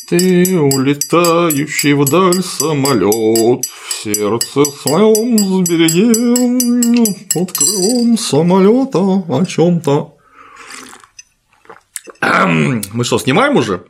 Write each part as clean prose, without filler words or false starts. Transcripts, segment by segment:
Ты улетающий вдаль самолет, в сердце своем сбереги под крылом самолета о чем-то. Мы что, снимаем уже?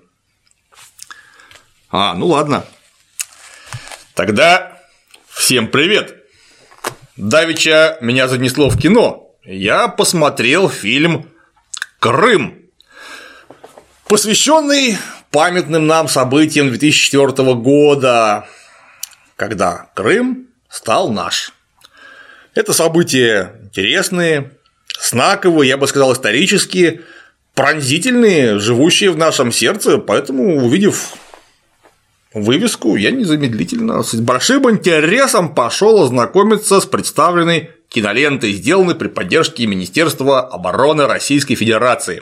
Ну ладно. Тогда всем привет. Давеча меня занесло в кино. Я посмотрел фильм «Крым», посвященный памятным нам событиям 2004 года, когда Крым стал наш. Это события интересные, знаковые, я бы сказал, исторические, пронзительные, живущие в нашем сердце, поэтому, увидев вывеску, я незамедлительно с большим интересом пошел ознакомиться с представленной кинолентой, сделанной при поддержке Министерства обороны Российской Федерации.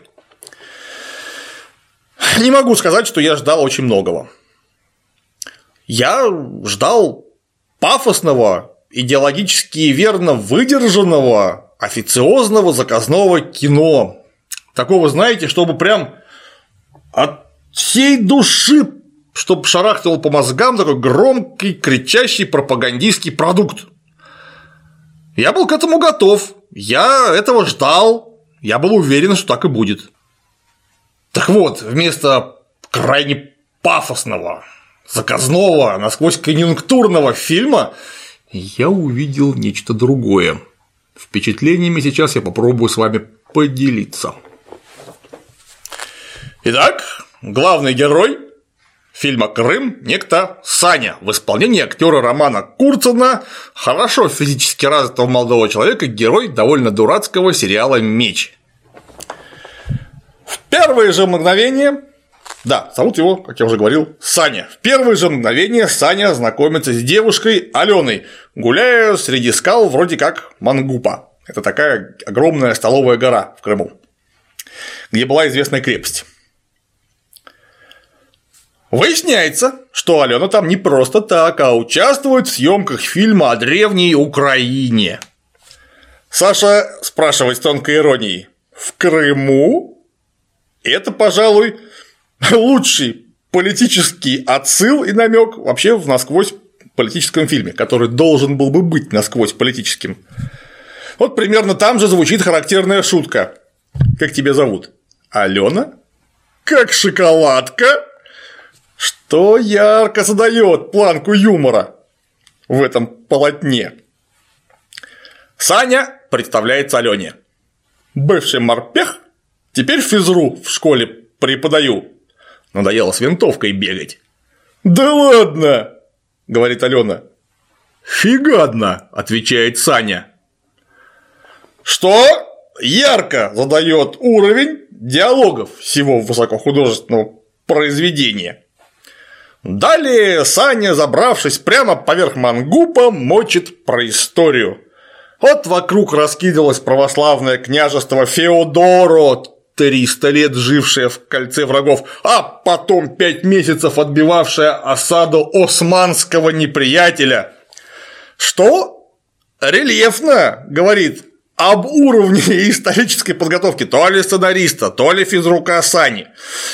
Не могу сказать, что я ждал очень многого. Я ждал пафосного, идеологически верно выдержанного, официозного, заказного кино. Такого, знаете, чтобы прям от всей души, чтобы шарахнул по мозгам такой громкий, кричащий пропагандистский продукт. Я был к этому готов, я этого ждал, я был уверен, что так и будет. Так вот, вместо крайне пафосного, заказного, насквозь конъюнктурного фильма я увидел нечто другое. Впечатлениями сейчас я попробую с вами поделиться. Итак, главный герой фильма «Крым» – некто Саня в исполнении актера Романа Курцина, хорошо физически развитого молодого человека, герой довольно дурацкого сериала «Меч». В первые же мгновения, да, зовут его, как я уже говорил, Саня. В первые же мгновения Саня знакомится с девушкой Аленой, гуляя среди скал вроде как Мангупа. Это такая огромная столовая гора в Крыму, где была известная крепость. Выясняется, что Алена там не просто так, а участвует в съемках фильма о древней Украине. Саша спрашивает с тонкой иронией: в Крыму? Это, пожалуй, лучший политический отсыл и намек вообще в насквозь политическом фильме, который должен был бы быть насквозь политическим. Вот примерно там же звучит характерная шутка. Как тебя зовут? Алена? Как шоколадка? Что ярко задает планку юмора в этом полотне. Саня представляется Алене. Бывший морпех, теперь физру в школе преподаю. Надоело с винтовкой бегать. Да ладно, говорит Алена. Фигадно, отвечает Саня. Что ярко задает уровень диалогов всего высокохудожественного произведения. Далее Саня, забравшись прямо поверх Мангупа, мочит про историю. Вот вокруг раскинулось православное княжество Феодоро, 300 лет жившее в кольце врагов, а потом 5 месяцев отбивавшее осаду османского неприятеля. Что? Рельефно говорит об уровне исторической подготовки то ли сценариста, то ли физрука Сани.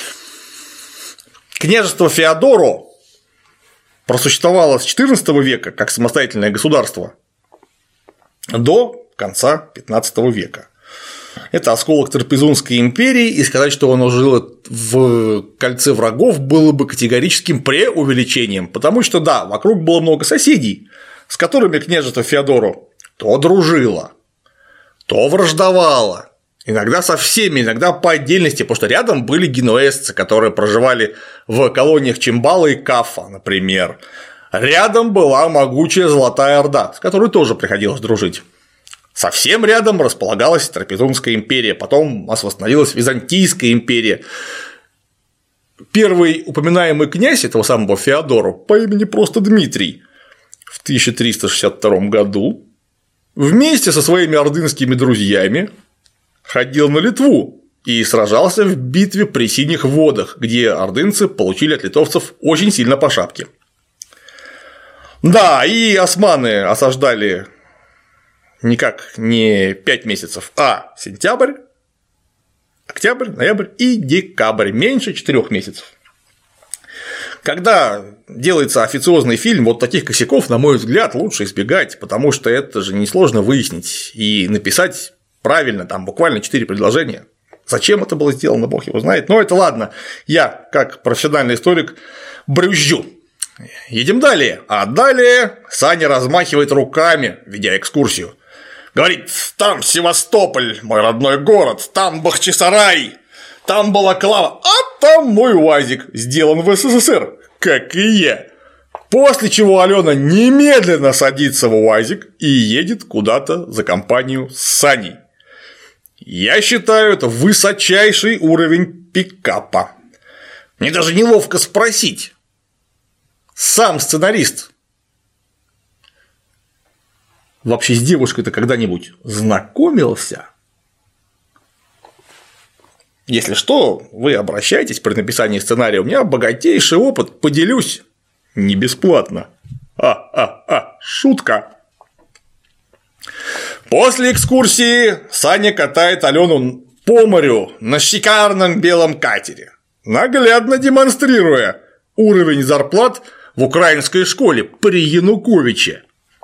Княжество Феодоро просуществовало с XIV века как самостоятельное государство до конца XV века. Это осколок Трапезунской империи, и сказать, что оно жило в кольце врагов, было бы категорическим преувеличением, потому что, да, вокруг было много соседей, с которыми княжество Феодоро то дружило, то враждовало, иногда со всеми, иногда по отдельности, потому что рядом были генуэзцы, которые проживали в колониях Чимбала и Кафа, например. Рядом была могучая Золотая Орда, с которой тоже приходилось дружить. Совсем рядом располагалась Трапезунская империя, потом у нас восстановилась Византийская империя. Первый упоминаемый князь этого самого Феодора по имени просто Дмитрий в 1362 году вместе со своими ордынскими друзьями ходил на Литву и сражался в битве при Синих водах, где ордынцы получили от литовцев очень сильно по шапке. Да, и османы осаждали никак не 5 месяцев, а сентябрь, октябрь, ноябрь и декабрь, меньше 4 месяцев. Когда делается официозный фильм, вот таких косяков, на мой взгляд, лучше избегать, потому что это же несложно выяснить и написать правильно, там буквально 4 предложения. Зачем это было сделано, бог его знает. Но это ладно, я, как профессиональный историк, брюзжу. Едем далее. А далее Саня размахивает руками, ведя экскурсию. Говорит: там Севастополь, мой родной город, там Бахчисарай, там Балаклава, а там мой УАЗик, сделан в СССР, как и я. После чего Алена немедленно садится в УАЗик и едет куда-то за компанию с Саней. Я считаю, это высочайший уровень пикапа. Мне даже неловко спросить. Сам сценарист вообще с девушкой-то когда-нибудь знакомился? Если что, вы обращайтесь при написании сценария. У меня богатейший опыт, поделюсь. Не бесплатно. Шутка. После экскурсии Саня катает Алену по морю на шикарном белом катере, наглядно демонстрируя уровень зарплат в украинской школе при Януковиче.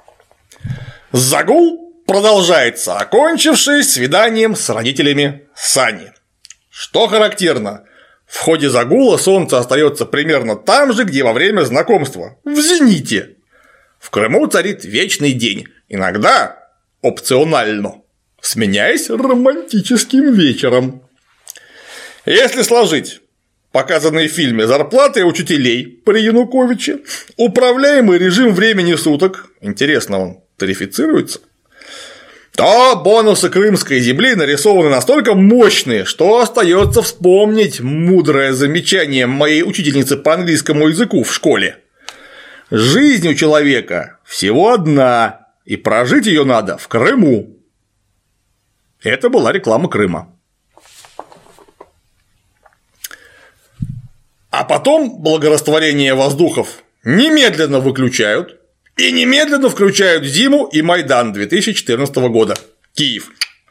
Загул продолжается, окончившись свиданием с родителями Сани. Что характерно, в ходе загула солнце остается примерно там же, где во время знакомства, в зените. В Крыму царит вечный день, иногда опционально, сменяясь романтическим вечером. Если сложить показанные в фильме зарплаты учителей при Януковиче, управляемый режим времени суток, интересно, он тарифицируется, то бонусы крымской земли нарисованы настолько мощные, что остается вспомнить мудрое замечание моей учительницы по английскому языку в школе. Жизнь у человека всего одна, и прожить ее надо в Крыму. Это была реклама Крыма. А потом благорастворение воздухов немедленно выключают, и немедленно включают зиму и Майдан 2014 года. Киев.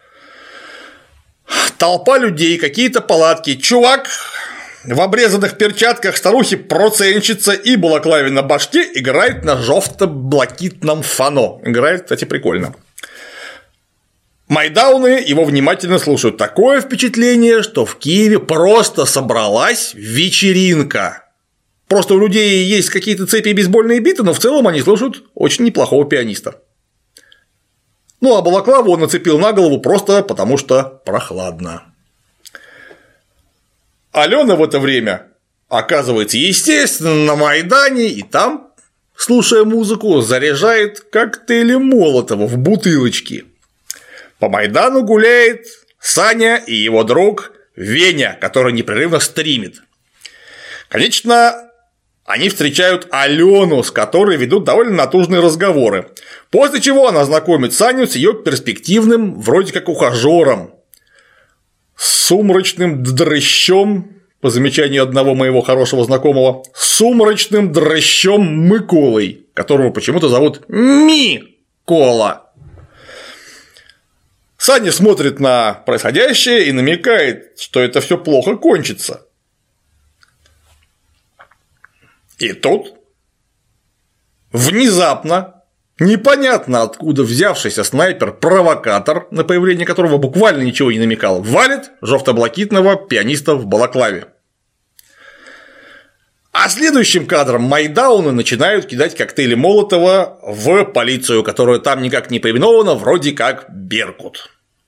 Толпа людей, какие-то палатки, чувак в обрезанных перчатках, старухи-проценщица и балаклаве на башке играет на жовто-блакитном фано. Играет, кстати, прикольно. Майдауны его внимательно слушают. Такое впечатление, что в Киеве просто собралась вечеринка. Просто у людей есть какие-то цепи и бейсбольные биты, но в целом они слушают очень неплохого пианиста. Ну а балаклаву он нацепил на голову просто потому, что прохладно. Алена в это время оказывается, естественно, на Майдане, и там, слушая музыку, заряжает коктейли Молотова в бутылочки. По Майдану гуляет Саня и его друг Веня, который непрерывно стримит. Конечно, они встречают Алену, с которой ведут довольно натужные разговоры, после чего она знакомит Саню с ее перспективным, вроде как ухажером, сумрачным дрыщом, по замечанию одного моего хорошего знакомого, сумрачным дрыщом Миколой, которого почему-то зовут Микола. Саня смотрит на происходящее и намекает, что это все плохо кончится. И тут внезапно, непонятно откуда взявшийся снайпер-провокатор, на появление которого буквально ничего не намекал, валит жовто-блакитного пианиста в балаклаве. А следующим кадром майдауны начинают кидать коктейли Молотова в полицию, которая там никак не поименована, вроде как Беркут.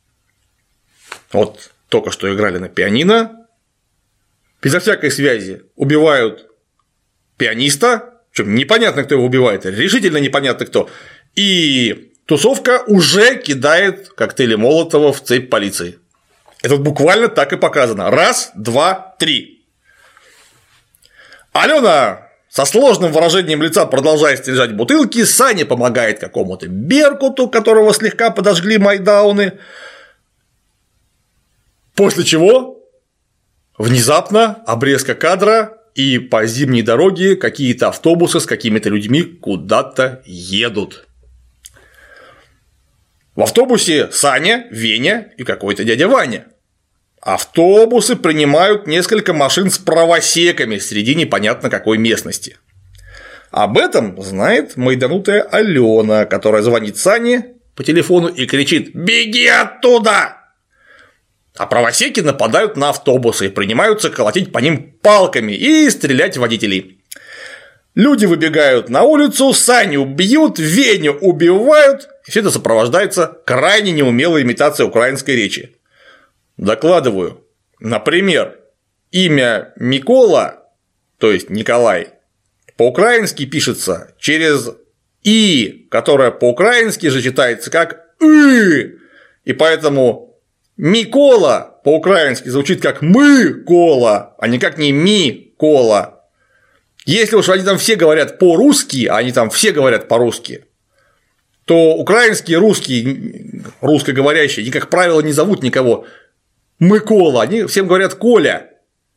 Вот только что играли на пианино, безо всякой связи убивают пианиста, причем непонятно, кто его убивает, решительно непонятно кто, и тусовка уже кидает коктейли Молотова в цепь полиции. Это буквально так и показано. Раз, два, три. Алена со сложным выражением лица продолжает стрелять бутылки, Саня помогает какому-то Беркуту, которого слегка подожгли майдауны, после чего внезапно обрезка кадра, и по зимней дороге какие-то автобусы с какими-то людьми куда-то едут. В автобусе Саня, Веня и какой-то дядя Ваня. Автобусы принимают несколько машин с правосеками среди непонятно какой местности. Об этом знает майданутая Алена, которая звонит Сане по телефону и кричит: «Беги оттуда!» А правосеки нападают на автобусы и принимаются колотить по ним палками и стрелять в водителей. Люди выбегают на улицу, Саню бьют, Веню убивают, и все это сопровождается крайне неумелой имитацией украинской речи. Докладываю. Например, имя Микола, то есть Николай, по-украински пишется через «и», которое по-украински же читается как «ы», и поэтому Микола по-украински звучит как «мы-кола», а никак не «ми-кола». Если уж они там все говорят по-русски, а они там все говорят по-русски, то украинские, русские, русскоговорящие, они, как правило, не зовут никого Микола, они всем говорят Коля.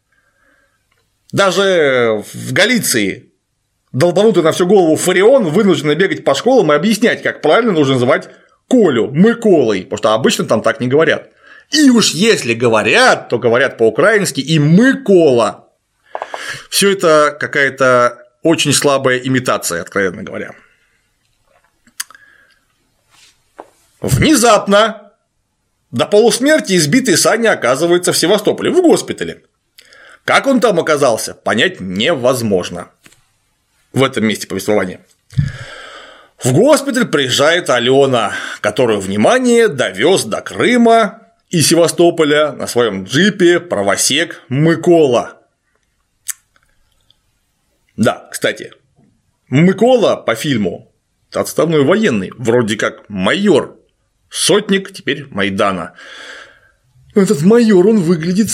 Даже в Галиции долбанутый на всю голову Фарион вынужден бегать по школам и объяснять, как правильно нужно называть Колю Миколой, потому что обычно там так не говорят. И уж если говорят, то говорят по-украински и Микола. Все это какая-то очень слабая имитация, откровенно говоря. Внезапно до полусмерти избитый Саня оказывается в Севастополе, в госпитале. Как он там оказался, понять невозможно в этом месте повествования. В госпиталь приезжает Алена, которую, внимание, довез до Крыма и Севастополя на своем джипе правосек Микола. Да, кстати, Микола по фильму – отставной военный, вроде как майор, сотник теперь Майдана. Этот майор, он выглядит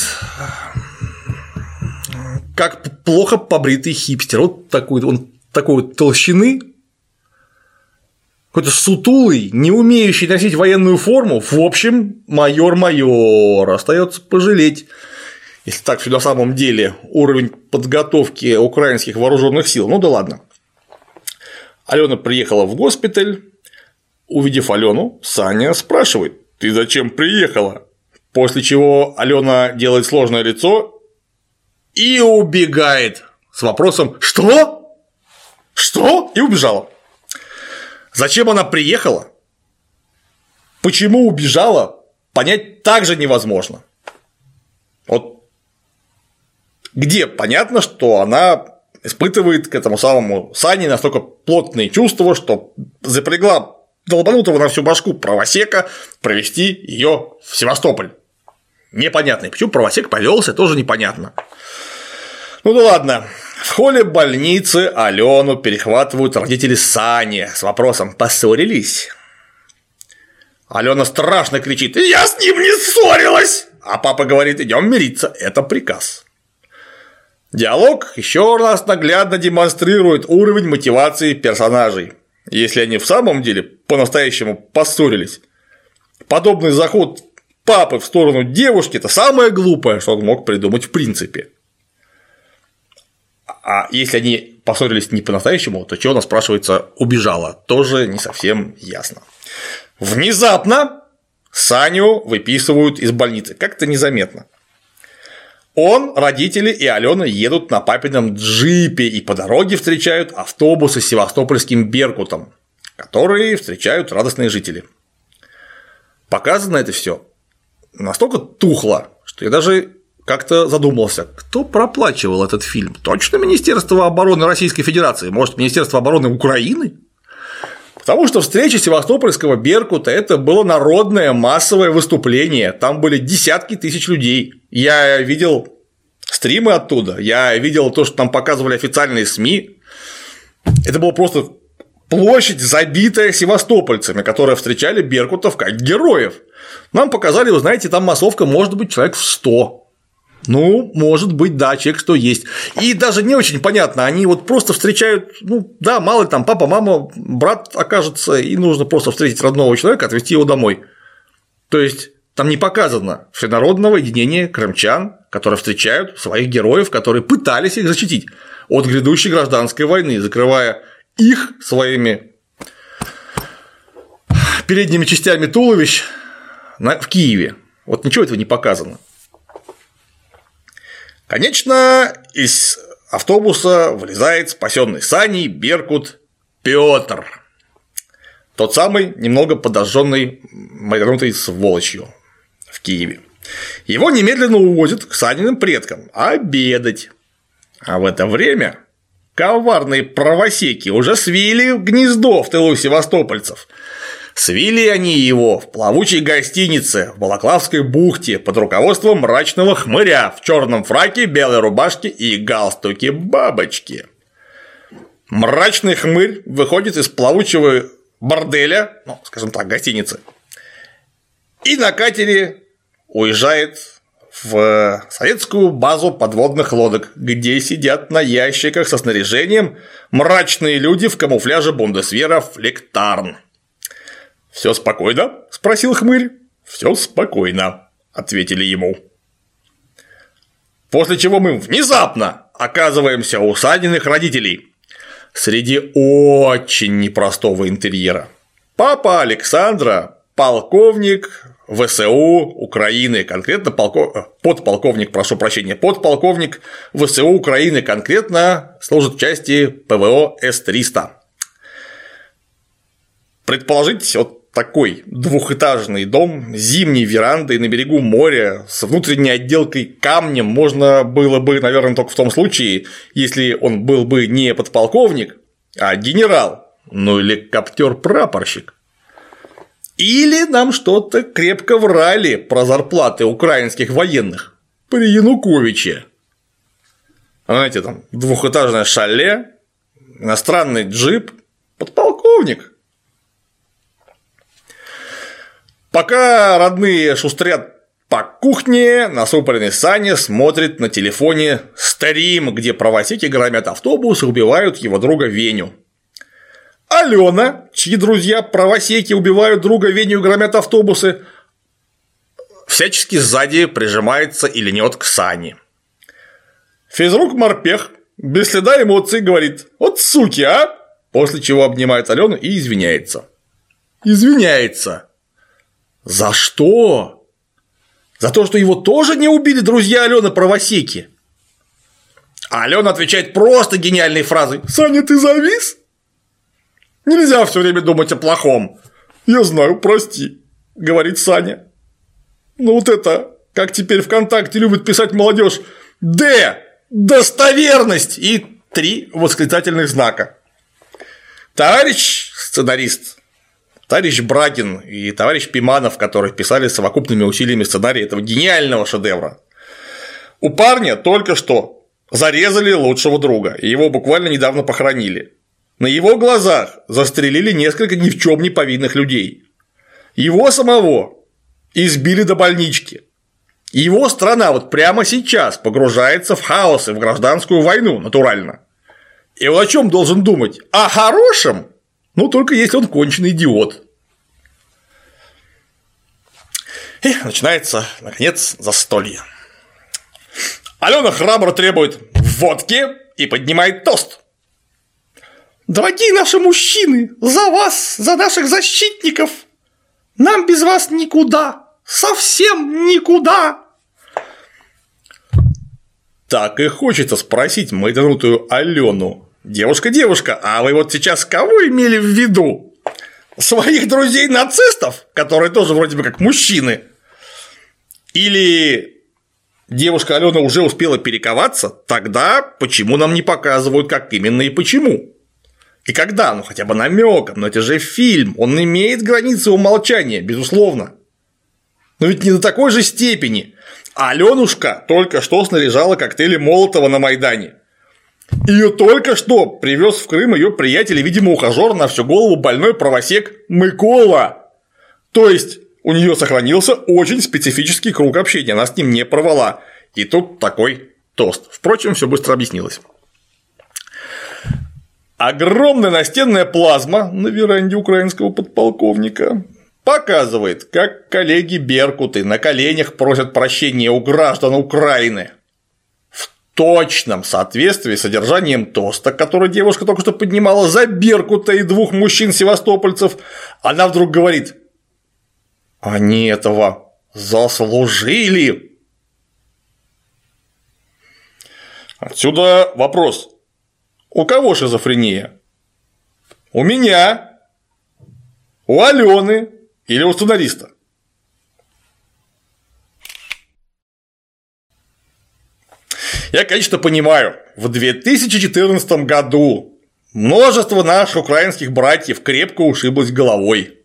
как плохо побритый хипстер. Вот такой, он такой вот толщины, какой-то сутулый, не умеющий носить военную форму. В общем, майор, остается пожалеть. Если так все на самом деле уровень подготовки украинских вооруженных сил, ну да ладно. Алена приехала в госпиталь, увидев Алену, Саня спрашивает: «Ты зачем приехала?» После чего Алена делает сложное лицо и убегает с вопросом: «Что? Что?» И убежала. Зачем она приехала? Почему убежала? Понять также невозможно. Вот где понятно, что она испытывает к этому самому Сане настолько плотные чувства, что запрягла долбанутого на всю башку правосека провести ее в Севастополь. Непонятно. И почему правосек повелся, тоже непонятно. Ну да ладно. В холле больницы Алену перехватывают родители Сани с вопросом: «Поссорились?» Алена страшно кричит: «Я с ним не ссорилась!» А папа говорит: «Идем мириться, это приказ». Диалог еще раз наглядно демонстрирует уровень мотивации персонажей. Если они в самом деле по-настоящему поссорились, подобный заход папы в сторону девушки – это самое глупое, что он мог придумать в принципе. А если они поссорились не по-настоящему, то чего она, спрашивается, убежала? Тоже не совсем ясно. Внезапно Саню выписывают из больницы, как-то незаметно. Он, родители и Алена едут на папином джипе и по дороге встречают автобусы с севастопольским «Беркутом», которые встречают радостные жители. Показано это все настолько тухло, что я даже как-то задумался, кто проплачивал этот фильм. Точно Министерство обороны Российской Федерации? Может, Министерство обороны Украины? Потому что встреча севастопольского «Беркута» – это было народное массовое выступление, там были десятки тысяч людей. Я видел стримы оттуда, я видел то, что там показывали официальные СМИ. Это была просто площадь, забитая севастопольцами, которые встречали беркутов как героев. Нам показали, вы знаете, там массовка может быть человек в 100. Ну, может быть, да, человек 100 есть. И даже не очень понятно, они вот просто встречают, ну, да, мало ли там папа, мама, брат окажется, и нужно просто встретить родного человека, отвезти его домой. То есть там не показано всенародного единения крымчан, которые встречают своих героев, которые пытались их защитить от грядущей гражданской войны, закрывая их своими передними частями туловищ в Киеве. Вот ничего этого не показано. Конечно, из автобуса вылезает спасенный Саней Беркут Петр. Тот самый, немного подожженный, морганутой сволочью в Киеве. Его немедленно увозят к Саниным предкам обедать. А в это время коварные правосеки уже свили гнездо в тылу севастопольцев. Свили они его в плавучей гостинице в Балаклавской бухте под руководством мрачного хмыря в черном фраке, белой рубашке и галстуке бабочки. Мрачный хмырь выходит из плавучего борделя, ну, скажем так, гостиницы, и на катере уезжает в советскую базу подводных лодок, где сидят на ящиках со снаряжением мрачные люди в камуфляже бундесвера Флектарн. «Все спокойно?» – спросил хмырь. «Все спокойно», – ответили ему. После чего мы внезапно оказываемся у Саниных родителей среди очень непростого интерьера. Папа Александра – полковник ВСУ Украины, конкретно подполковник ВСУ Украины, конкретно служит в части ПВО С-300. Предположить, вот такой двухэтажный дом с зимней верандой на берегу моря с внутренней отделкой камнем можно было бы, наверное, только в том случае, если он был бы не подполковник, а генерал, ну или коптер-прапорщик. Или нам что-то крепко врали про зарплаты украинских военных при Януковиче. Знаете, там двухэтажное шале, иностранный джип, подполковник. Пока родные шустрят по кухне, насупленный Саня смотрит на телефоне стрим, где правосеки громят автобус и убивают его друга Веню. Алена, чьи друзья правосеки убивают друга Веню и громят автобусы, всячески сзади прижимается и льнет к Сане. Физрук-морпех без следа эмоций говорит: «Вот суки, а!» После чего обнимает Алену и извиняется. Извиняется. За что? За то, что его тоже не убили друзья Алены правосеки? А Алена отвечает просто гениальной фразой: «Саня, ты завис? Нельзя все время думать о плохом». «Я знаю, прости», — говорит Саня. «Ну вот это, как теперь ВКонтакте любит писать молодежь, достоверность» и 3 восклицательных знака. Товарищ сценарист, товарищ Брагин и товарищ Пиманов, которые писали совокупными усилиями сценарий этого гениального шедевра. У парня только что зарезали лучшего друга, и его буквально недавно похоронили. На его глазах застрелили несколько ни в чем не повинных людей. Его самого избили до больнички. Его страна вот прямо сейчас погружается в хаос и в гражданскую войну, натурально. И он о чем должен думать? О хорошем? Ну, только если он конченый идиот. И начинается, наконец, застолье. Алена храбро требует водки и поднимает тост. «Дорогие наши мужчины, за вас, за наших защитников! Нам без вас никуда, совсем никуда!» Так и хочется спросить майданутую Алену: «Девушка, а вы вот сейчас кого имели в виду? Своих друзей-нацистов, которые тоже вроде бы как мужчины? Или девушка Алена уже успела перековаться? Тогда почему нам не показывают, как именно и почему? И когда? Ну хотя бы намеком, но это же фильм, он имеет границы умолчания, безусловно. Но ведь не до такой же степени. Аленушка только что снаряжала коктейли Молотова на Майдане. Ее только что привез в Крым ее приятель и, видимо, ухажер на всю голову больной правосек Микола. То есть у нее сохранился очень специфический круг общения, она с ним не порвала. И тут такой тост. Впрочем, все быстро объяснилось. Огромная настенная плазма на веранде украинского подполковника показывает, как коллеги Беркуты на коленях просят прощения у граждан Украины. В точном соответствии с содержанием тоста, который девушка только что поднимала за Беркута и 2 мужчин-севастопольцев, она вдруг говорит: «Они этого заслужили». Отсюда вопрос. У кого шизофрения? У меня, у Алены или у сценариста? Я, конечно, понимаю, в 2014 году множество наших украинских братьев крепко ушиблось головой.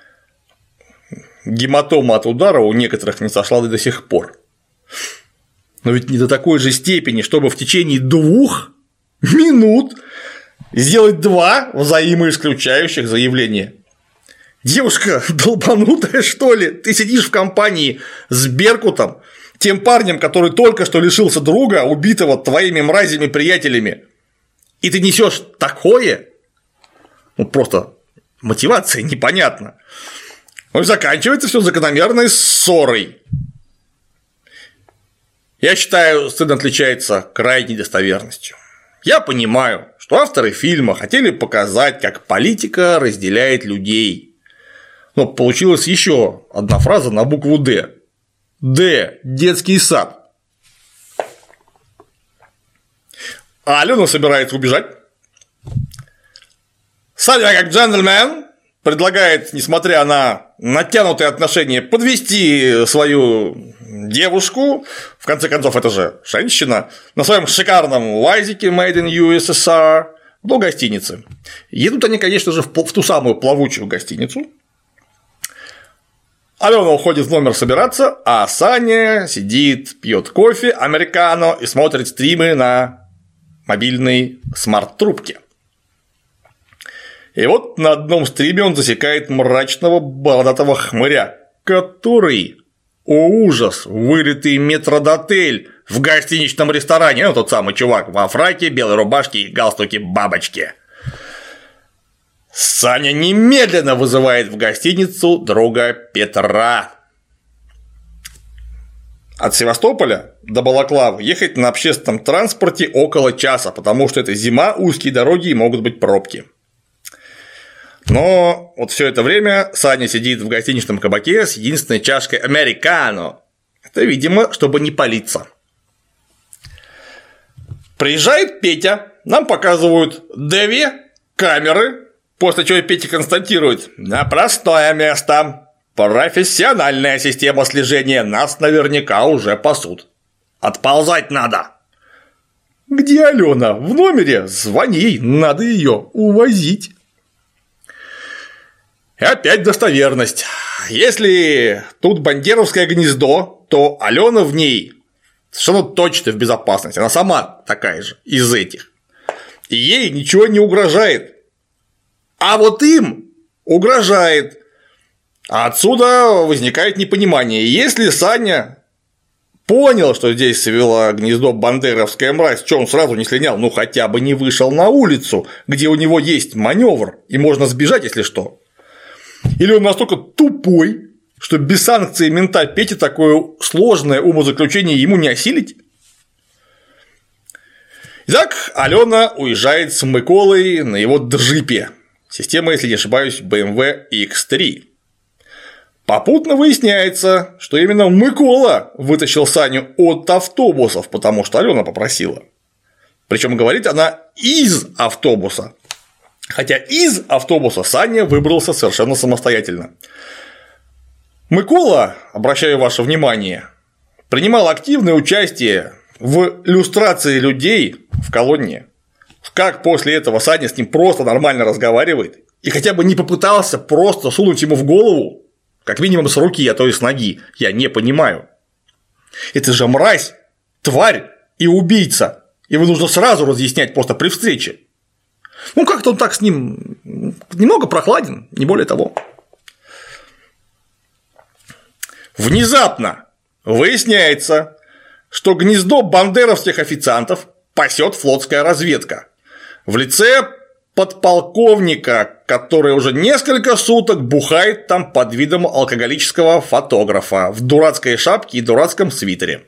Гематома от удара у некоторых не сошла до сих пор. Но ведь не до такой же степени, чтобы в течение 2 минут сделать 2 взаимоисключающих заявления. Девушка долбанутая, что ли? Ты сидишь в компании с Беркутом, тем парнем, который только что лишился друга, убитого твоими мразями-приятелями, и ты несешь такое? Ну, просто мотивация непонятна. Ну и заканчивается все закономерной ссорой. Я считаю, сцена отличается крайней достоверностью. Я понимаю, что авторы фильма хотели показать, как политика разделяет людей. Но получилась еще одна фраза на букву «Д». «Д» – детский сад. А Алена собирается убежать. Саня, как джентльмен, предлагает, несмотря на натянутые отношения, подвести свою девушку, в конце концов, это же женщина, на своем шикарном УАЗике Made in USSR до гостиницы. Едут они, конечно же, в ту самую плавучую гостиницу. Алена уходит в номер собираться, а Саня сидит, пьет кофе американо и смотрит стримы на мобильной смарт-трубке. И вот на одном стриме он засекает мрачного бородатого хмыря, который, о ужас, вылитый метрдотель в гостиничном ресторане, ну тот самый чувак во фраке, белой рубашке и галстуке бабочки. Саня немедленно вызывает в гостиницу друга Петра. От Севастополя до Балаклавы ехать на общественном транспорте около часа, потому что это зима, узкие дороги и могут быть пробки. Но вот все это время Саня сидит в гостиничном кабаке с единственной чашкой американо. Это, видимо, чтобы не палиться. Приезжает Петя, нам показывают 2 камеры, после чего Петя констатирует: на простое место, профессиональная система слежения, нас наверняка уже пасут. Отползать надо. Где Алена? В номере? Звони ей, надо ее увозить. И опять достоверность. Если тут бандеровское гнездо, то Алена в ней совершенно точно в безопасности. Она сама такая же из этих. И ей ничего не угрожает. А вот им угрожает. А отсюда возникает непонимание. Если Саня понял, что здесь свела гнездо бандеровская мразь, что он сразу не слинял, ну хотя бы не вышел на улицу, где у него есть маневр и можно сбежать, если что. Или он настолько тупой, что без санкции мента Пети такое сложное умозаключение ему не осилить? Итак, Алена уезжает с Миколой на его джипе. Система, если не ошибаюсь, BMW X3. Попутно выясняется, что именно Микола вытащил Саню от автобусов, потому что Алена попросила. Причем говорит она из автобуса. Хотя из автобуса Саня выбрался совершенно самостоятельно. Микола, обращаю ваше внимание, принимал активное участие в люстрации людей в колонии. Как после этого Саня с ним просто нормально разговаривает и хотя бы не попытался просто сунуть ему в голову, как минимум с руки, а то и с ноги, я не понимаю. Это же мразь, тварь и убийца, его нужно сразу разъяснять просто при встрече. Ну, как-то он так с ним немного прохладен, не более того. Внезапно выясняется, что гнездо бандеровских официантов пасет флотская разведка в лице подполковника, который уже несколько суток бухает там под видом алкоголического фотографа в дурацкой шапке и дурацком свитере.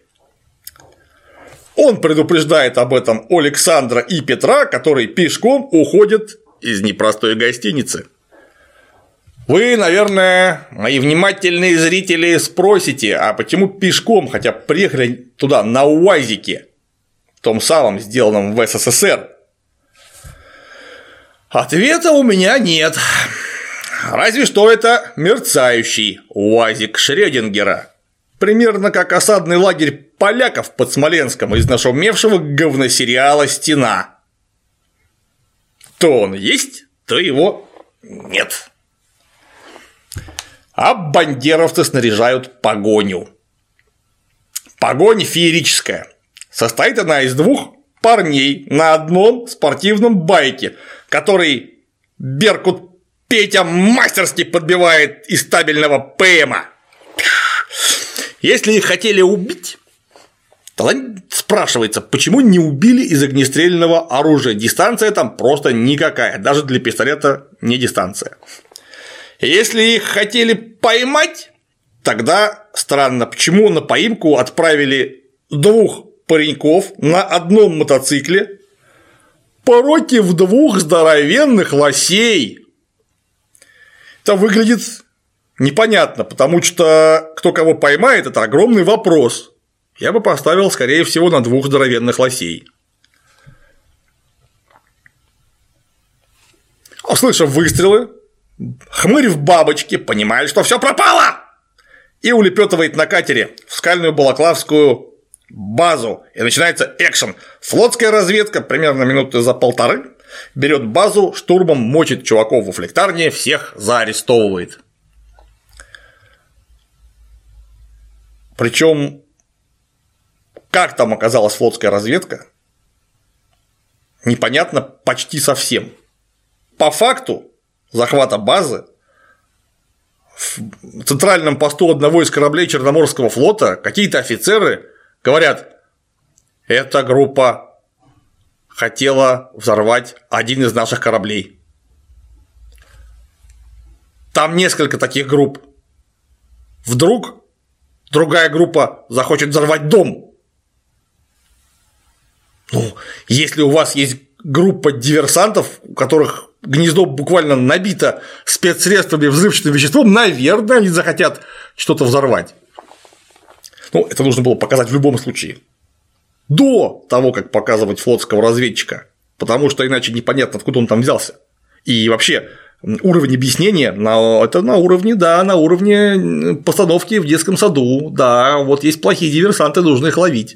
Он предупреждает об этом Александра и Петра, которые пешком уходят из непростой гостиницы. Вы, наверное, мои внимательные зрители, спросите, а почему пешком, хотя приехали туда на УАЗике? том самом, сделанном в СССР? Ответа у меня нет. Разве что это мерцающий УАЗик Шрёдингера. Примерно как осадный лагерь поляков под Смоленском из нашумевшего говносериала «Стена». То он есть, то его нет. А бандеровцы снаряжают погоню. Погонь феерическая. Состоит она из двух парней на одном спортивном байке, который Беркут Петя мастерски подбивает из стабильного ПМа. Если их хотели убить, тогда спрашивается, почему не убили из огнестрельного оружия? Дистанция там просто никакая, даже для пистолета не дистанция. Если их хотели поймать, тогда странно, почему на поимку отправили двух пареньков на одном мотоцикле против двух здоровенных лосей. Это выглядит непонятно, потому что кто кого поймает – это огромный вопрос. Я бы поставил, скорее всего, на двух здоровенных лосей. Услышав выстрелы, хмырь в бабочке понимает, что все пропало, и улепетывает на катере в скальную балаклавскую базу, и начинается экшен. Флотская разведка примерно минуты за полторы берет базу, штурмом мочит чуваков во флектарне, всех заарестовывает. Причем, как там оказалась флотская разведка, непонятно почти совсем. По факту захвата базы в центральном посту одного из кораблей Черноморского флота какие-то офицеры говорят: эта группа хотела взорвать один из наших кораблей. Там несколько таких групп. Вдруг другая группа захочет взорвать дом. Ну, если у вас есть группа диверсантов, у которых гнездо буквально набито спецсредствами, взрывчатым веществом, наверное, они захотят что-то взорвать. Ну, это нужно было показать в любом случае. До того, как показывать флотского разведчика, потому что иначе непонятно, откуда он там взялся. И вообще, уровень объяснения это на уровне, да, на уровне постановки в детском саду. Да, вот есть плохие диверсанты, нужно их ловить.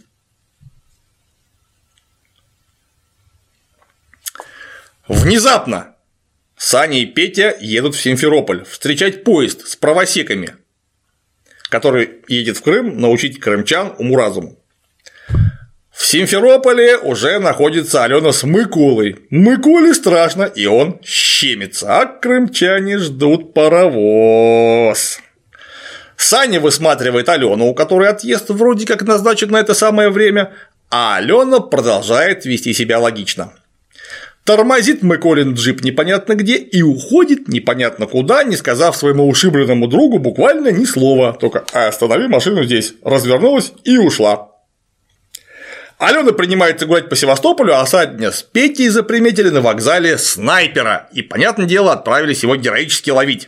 Внезапно Саня и Петя едут в Симферополь встречать поезд с правосеками, который едет в Крым научить крымчан уму-разуму. В Симферополе уже находится Алена с Миколой. Миколе страшно, и он щемится, а крымчане ждут паровоз. Саня высматривает Алену, у которой отъезд вроде как назначен на это самое время, а Алена продолжает вести себя логично. Тормозит Миколин джип непонятно где и уходит непонятно куда, не сказав своему ушибленному другу буквально ни слова, только останови машину здесь, развернулась и ушла. Алена принимается гулять по Севастополю, а Саня с Петей заприметили на вокзале снайпера и, понятное дело, отправились его героически ловить.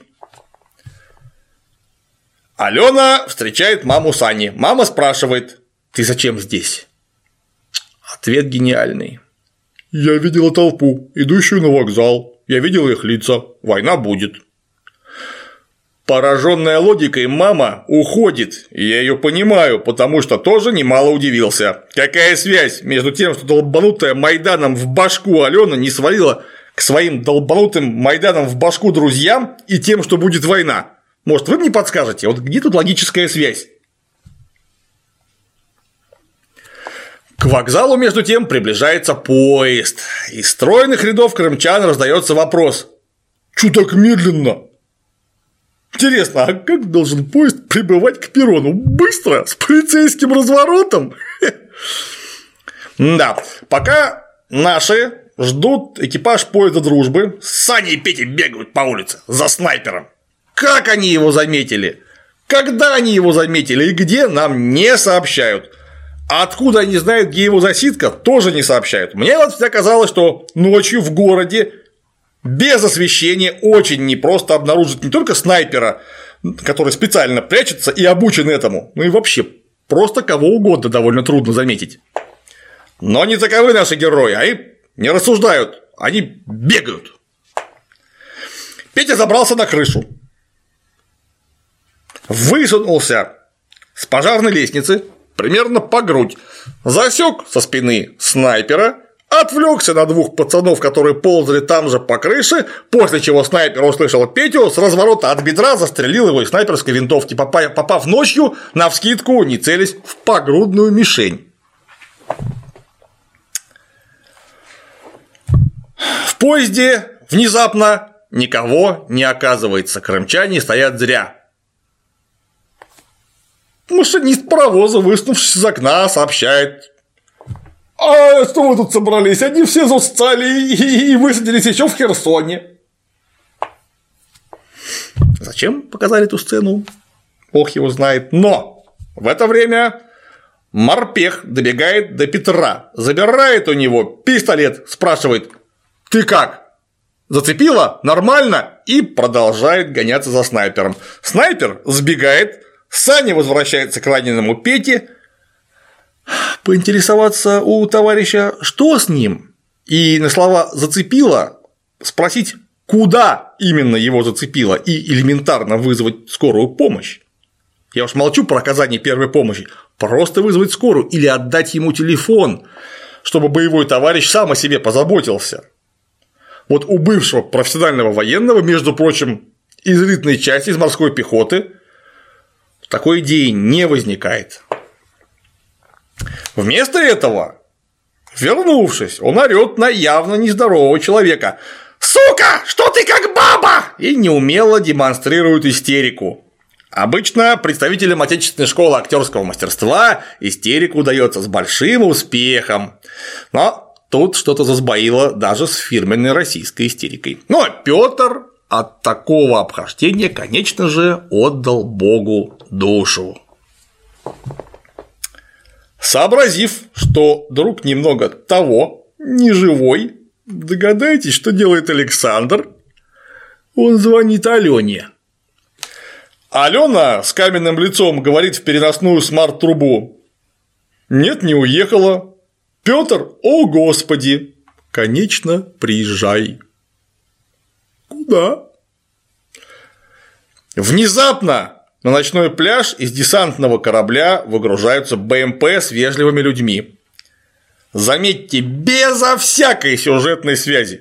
Алена встречает маму Сани. Мама спрашивает: ты зачем здесь? Ответ гениальный. Я видела толпу, идущую на вокзал. Я видела их лица. Война будет. Пораженная логикой, мама уходит, и я ее понимаю, потому что тоже немало удивился. Какая связь между тем, что долбанутая Майданом в башку Алена не свалила к своим долбанутым Майданом в башку друзьям, и тем, что будет война? Может, вы мне подскажете, вот где тут логическая связь? К вокзалу, между тем, приближается поезд. Из стройных рядов крымчан раздается вопрос: чё так медленно? Интересно, а как должен поезд прибывать к перрону? Быстро, с полицейским разворотом? Да, пока наши ждут экипаж поезда дружбы, Саня и Петя бегают по улице за снайпером. Как они его заметили? Когда они его заметили и где, нам не сообщают. А откуда они знают, где его засидка, тоже не сообщают. Мне вот всегда казалось, что ночью в городе без освещения очень непросто обнаружить не только снайпера, который специально прячется и обучен этому, но и вообще просто кого угодно довольно трудно заметить. Но не таковы наши герои, они не рассуждают, они бегают. Петя забрался на крышу, высунулся с пожарной лестницы примерно по грудь, засек со спины снайпера, отвлекся на двух пацанов, которые ползали там же по крыше, после чего снайпер услышал Петю, с разворота от бедра застрелил его из снайперской винтовки, попав ночью навскидку, не целясь, в погрудную мишень. В поезде внезапно никого не оказывается, крымчане стоят зря. Машинист паровоза, высунувшись из окна, сообщает: а что вы тут собрались? Они все застали и высадились еще в Херсоне. Зачем показали эту сцену? Бог его знает. Но в это время морпех добегает до Петра, забирает у него пистолет, спрашивает: ты как? Зацепило? Нормально? И продолжает гоняться за снайпером. Снайпер сбегает, Саня возвращается к раненому Пете, поинтересоваться у товарища, что с ним, и на слова «зацепило» спросить, куда именно его зацепило, и элементарно вызвать скорую помощь. Я уж молчу про оказание первой помощи, просто вызвать скорую или отдать ему телефон, чтобы боевой товарищ сам о себе позаботился. Вот у бывшего профессионального военного, между прочим, из элитной части, из морской пехоты, такой идеи не возникает. Вместо этого, вернувшись, он орёт на явно нездорового человека: «Сука, что ты как баба!» и неумело демонстрирует истерику. Обычно представителям отечественной школы актерского мастерства истерику удается с большим успехом, но тут что-то засбоило даже с фирменной российской истерикой. Но Петр от такого обхождения, конечно же, отдал Богу душу. Сообразив, что друг немного того, не живой, догадайтесь, что делает Александр? Он звонит Алёне. Алёна с каменным лицом говорит в переносную смарт-трубу: нет, не уехала. Пётр, о господи, конечно, приезжай. Куда? Внезапно на ночной пляж из десантного корабля выгружаются БМП с вежливыми людьми. Заметьте, безо всякой сюжетной связи.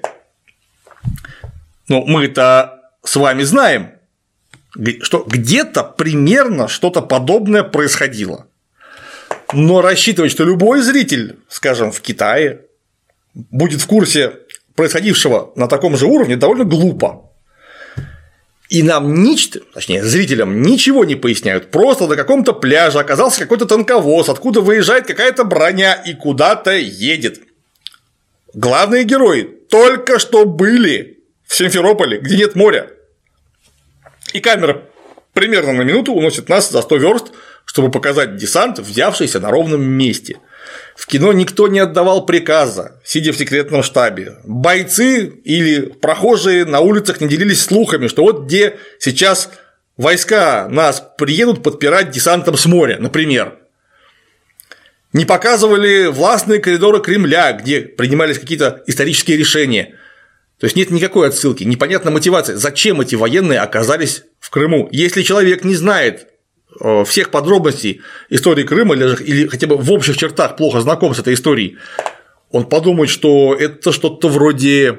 Ну, мы-то с вами знаем, что где-то примерно что-то подобное происходило. Но рассчитывать, что любой зритель, скажем, в Китае, будет в курсе происходившего на таком же уровне, довольно глупо. И нам точнее, зрителям ничего не поясняют. Просто на каком-то пляже оказался какой-то танковоз, откуда выезжает какая-то броня и куда-то едет. Главные герои только что были в Симферополе, где нет моря. И камера примерно на минуту уносит нас за 100 верст, чтобы показать десант, взявшийся на ровном месте. В кино никто не отдавал приказа, сидя в секретном штабе. Бойцы или прохожие на улицах не делились слухами, что вот где сейчас войска нас приедут подпирать десантом с моря, например. Не показывали властные коридоры Кремля, где принимались какие-то исторические решения. То есть нет никакой отсылки, непонятна мотивация, зачем эти военные оказались в Крыму. Если человек не знает всех подробностей истории Крыма или хотя бы в общих чертах плохо знаком с этой историей, он подумает, что это что-то вроде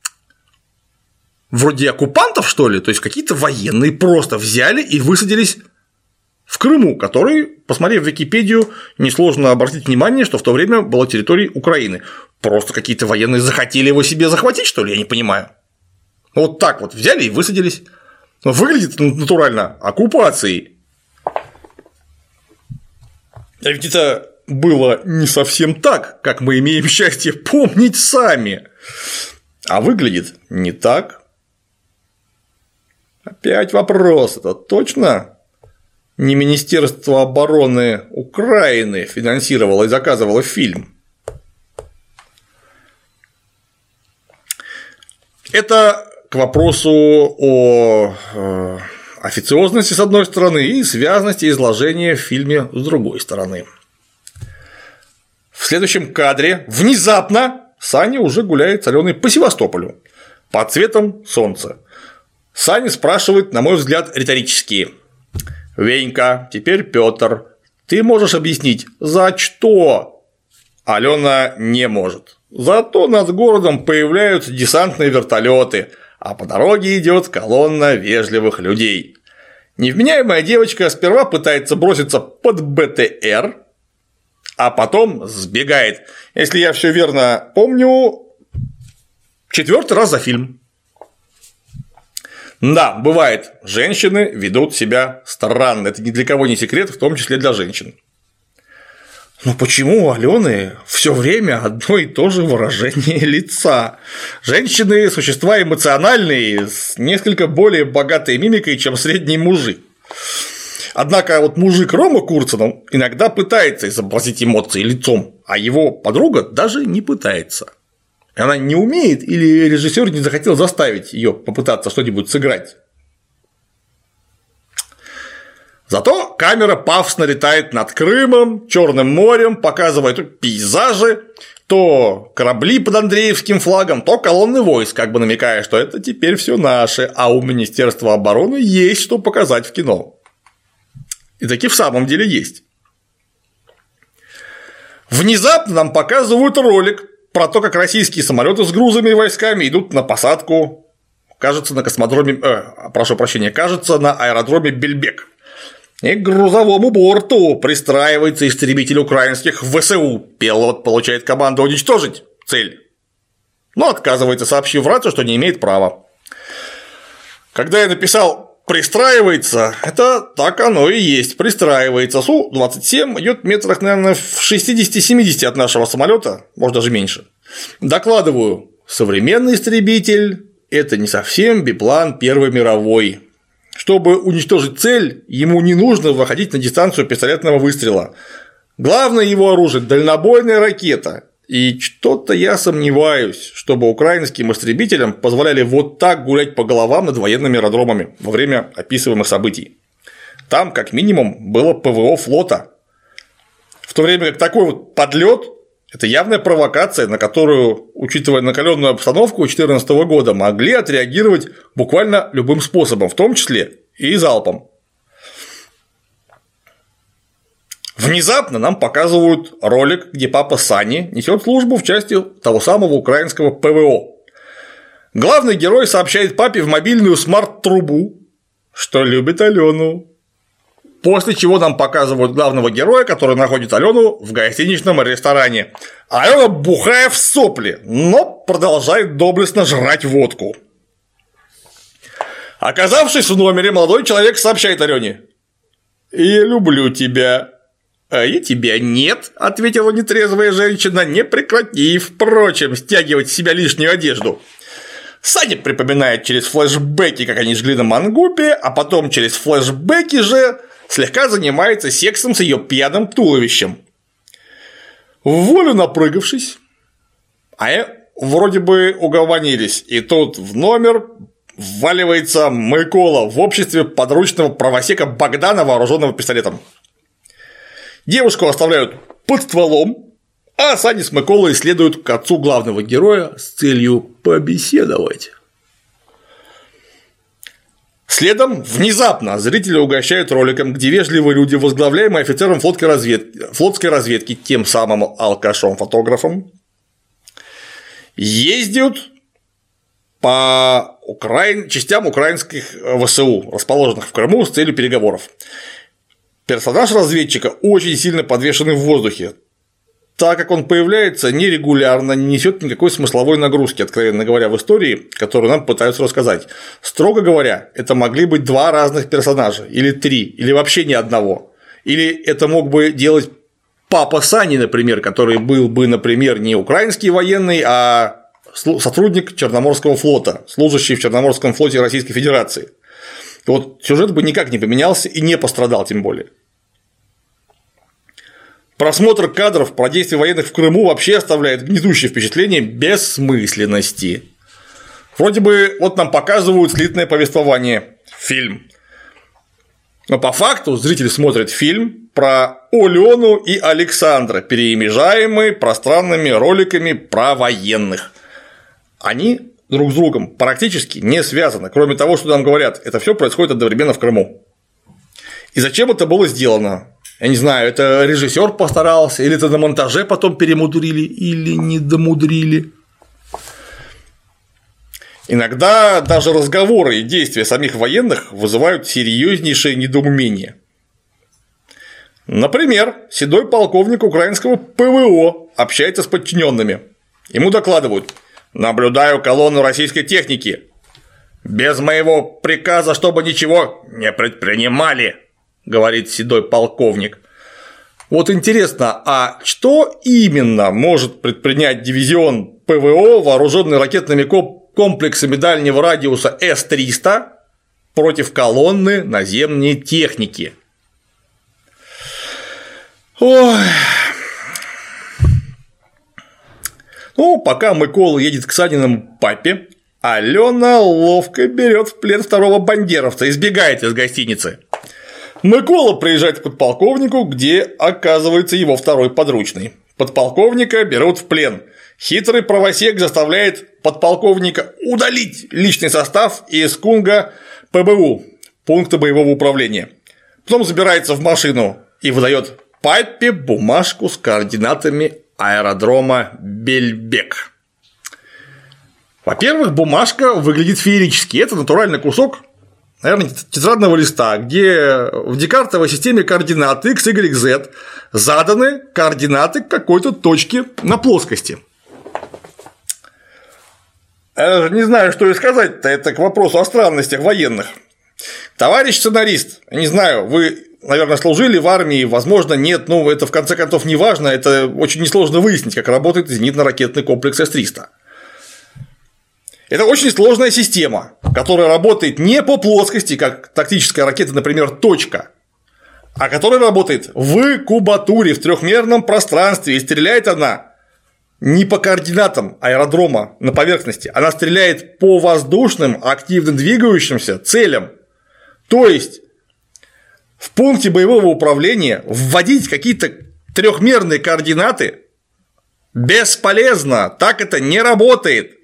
оккупантов, что ли, то есть какие-то военные просто взяли и высадились в Крыму, который, посмотрев в Википедию, несложно обратить внимание, что в то время была территорией Украины. Просто какие-то военные захотели его себе захватить, что ли, я не понимаю. Вот так вот взяли и высадились. Но выглядит натурально оккупацией. А ведь это было не совсем так, как мы имеем счастье помнить сами. А выглядит не так. Опять вопрос: это точно не Министерство обороны Украины финансировало и заказывало фильм? Это к вопросу о официозности с одной стороны и связности изложения в фильме с другой стороны. В следующем кадре внезапно Саня уже гуляет с Аленой по Севастополю под цветом солнца. Саня спрашивает, на мой взгляд, риторически: «Венька, теперь Петр, ты можешь объяснить, за что?» Алена не может. Зато над городом появляются десантные вертолеты, а по дороге идет колонна вежливых людей. Невменяемая девочка сперва пытается броситься под БТР, а потом сбегает. Если я все верно помню, 4-й раз за фильм. Да, бывает, женщины ведут себя странно, это ни для кого не секрет, в том числе для женщин. Но почему у Алены все время одно и то же выражение лица? Женщины – существа эмоциональные, с несколько более богатой мимикой, чем средний мужик. Однако вот мужик Рома Курцин иногда пытается изобразить эмоции лицом, а его подруга даже не пытается. Она не умеет, или режиссер не захотел заставить ее попытаться что-нибудь сыграть. Зато камера пафосно летает над Крымом, Черным морем, показывает пейзажи, то корабли под Андреевским флагом, то колонны войск, как бы намекая, что это теперь все наше, а у Министерства обороны есть что показать в кино. И таки в самом деле есть. Внезапно нам показывают ролик про то, как российские самолеты с грузами и войсками идут на посадку, кажется, на космодроме, кажется, на аэродроме Бельбек. И к грузовому борту пристраивается истребитель украинских ВСУ. Пилот получает команду уничтожить цель, но отказывается, сообщив в рацию, что не имеет права. Когда я написал «пристраивается», это так оно и есть, пристраивается. Су-27 идет метрах, наверное, в 60-70 от нашего самолета, может даже меньше. Докладываю, современный истребитель – это не совсем биплан Первой мировой. Чтобы уничтожить цель, ему не нужно выходить на дистанцию пистолетного выстрела. Главное его оружие – дальнобойная ракета. И что-то я сомневаюсь, чтобы украинским истребителям позволяли вот так гулять по головам над военными аэродромами во время описываемых событий. Там, как минимум, было ПВО флота. В то время как такой вот подлет – это явная провокация, на которую, учитывая накаленную обстановку 2014 года, могли отреагировать буквально любым способом, в том числе и залпом. Внезапно нам показывают ролик, где папа Сани несет службу в части того самого украинского ПВО. Главный герой сообщает папе в мобильную смарт-трубу, что любит Алену. После чего нам показывают главного героя, который находит Алену в гостиничном ресторане. Алена бухая в сопли, но продолжает доблестно жрать водку. Оказавшись в номере, молодой человек сообщает Алене: «Я люблю тебя». «А я тебя нет», – ответила нетрезвая женщина, не прекратив, впрочем, стягивать с себя лишнюю одежду. Саня припоминает через флешбеки, как они жгли на мангупе, а потом через флешбеки же слегка занимается сексом с ее пьяным туловищем. В волю напрыгавшись, вроде бы угомонились, и тут в номер вваливается Микола в обществе подручного правосека Богдана, вооруженного пистолетом. Девушку оставляют под стволом, а Саня с Миколой следуют к отцу главного героя с целью побеседовать. Следом внезапно зрители угощают роликом, где вежливые люди, возглавляемые офицером флотской разведки, тем самым алкашом-фотографом, ездят по частям украинских ВСУ, расположенных в Крыму, с целью переговоров. Персонаж разведчика очень сильно подвешенный в воздухе, так как он появляется нерегулярно, не несет никакой смысловой нагрузки, откровенно говоря, в истории, которую нам пытаются рассказать. Строго говоря, это могли быть два разных персонажа, или три, или вообще ни одного. Или это мог бы делать папа Сани, например, который был бы, например, не украинский военный, а сотрудник Черноморского флота, служащий в Черноморском флоте Российской Федерации. Вот сюжет бы никак не поменялся и не пострадал тем более. Просмотр кадров про действия военных в Крыму вообще оставляет гнетущее впечатление бессмысленности. Вроде бы вот нам показывают слитное повествование, фильм. Но по факту зритель смотрит фильм про Алену и Александра, перемежаемый пространными роликами про военных. Они друг с другом практически не связаны, кроме того, что нам говорят, это все происходит одновременно в Крыму. И зачем это было сделано? Я не знаю, это режиссер постарался, или это на монтаже потом перемудрили, или не домудрили. Иногда даже разговоры и действия самих военных вызывают серьезнейшее недоумение. Например, седой полковник украинского ПВО общается с подчиненными. Ему докладывают: наблюдаю колонну российской техники. Без моего приказа, чтобы ничего не предпринимали, говорит седой полковник. Вот интересно, а что именно может предпринять дивизион ПВО, вооруженный ракетными комплексами дальнего радиуса С-300 против колонны наземной техники? Ой. Ну, пока Микола едет к Саниному папе, Алена ловко берет в плен второго бандеровца и сбегает из гостиницы. Микола приезжает к подполковнику, где оказывается его второй подручный. Подполковника берут в плен. Хитрый правосек заставляет подполковника удалить личный состав из Кунга ПБУ, пункта боевого управления. Потом забирается в машину и выдает папе бумажку с координатами аэродрома Бельбек. Во-первых, бумажка выглядит феерически. Это натуральный кусок, наверное, тетрадного листа, где в декартовой системе координат X, Y, Z заданы координаты какой-то точки на плоскости. Я не знаю, что и сказать-то, это к вопросу о странностях военных. Товарищ сценарист, не знаю, вы, наверное, служили в армии, возможно, нет, но это в конце концов не важно, это очень несложно выяснить, как работает зенитно-ракетный комплекс С-300. Это очень сложная система, которая работает не по плоскости, как тактическая ракета, например, точка, а которая работает в кубатуре, в трехмерном пространстве, и стреляет она не по координатам аэродрома на поверхности, она стреляет по воздушным, активно двигающимся целям. То есть в пункте боевого управления вводить какие-то трехмерные координаты бесполезно, так это не работает.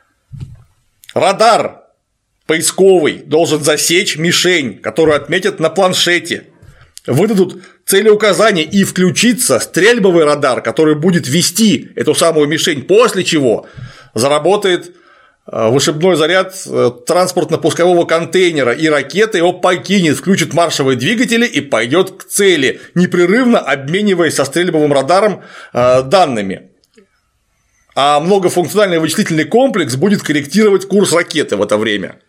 Радар поисковый должен засечь мишень, которую отметят на планшете, выдадут целеуказания и включится стрельбовый радар, который будет вести эту самую мишень, после чего заработает вышибной заряд транспортно-пускового контейнера, и ракета его покинет, включит маршевые двигатели и пойдет к цели, непрерывно обмениваясь со стрельбовым радаром данными. А многофункциональный вычислительный комплекс будет корректировать курс ракеты в это время.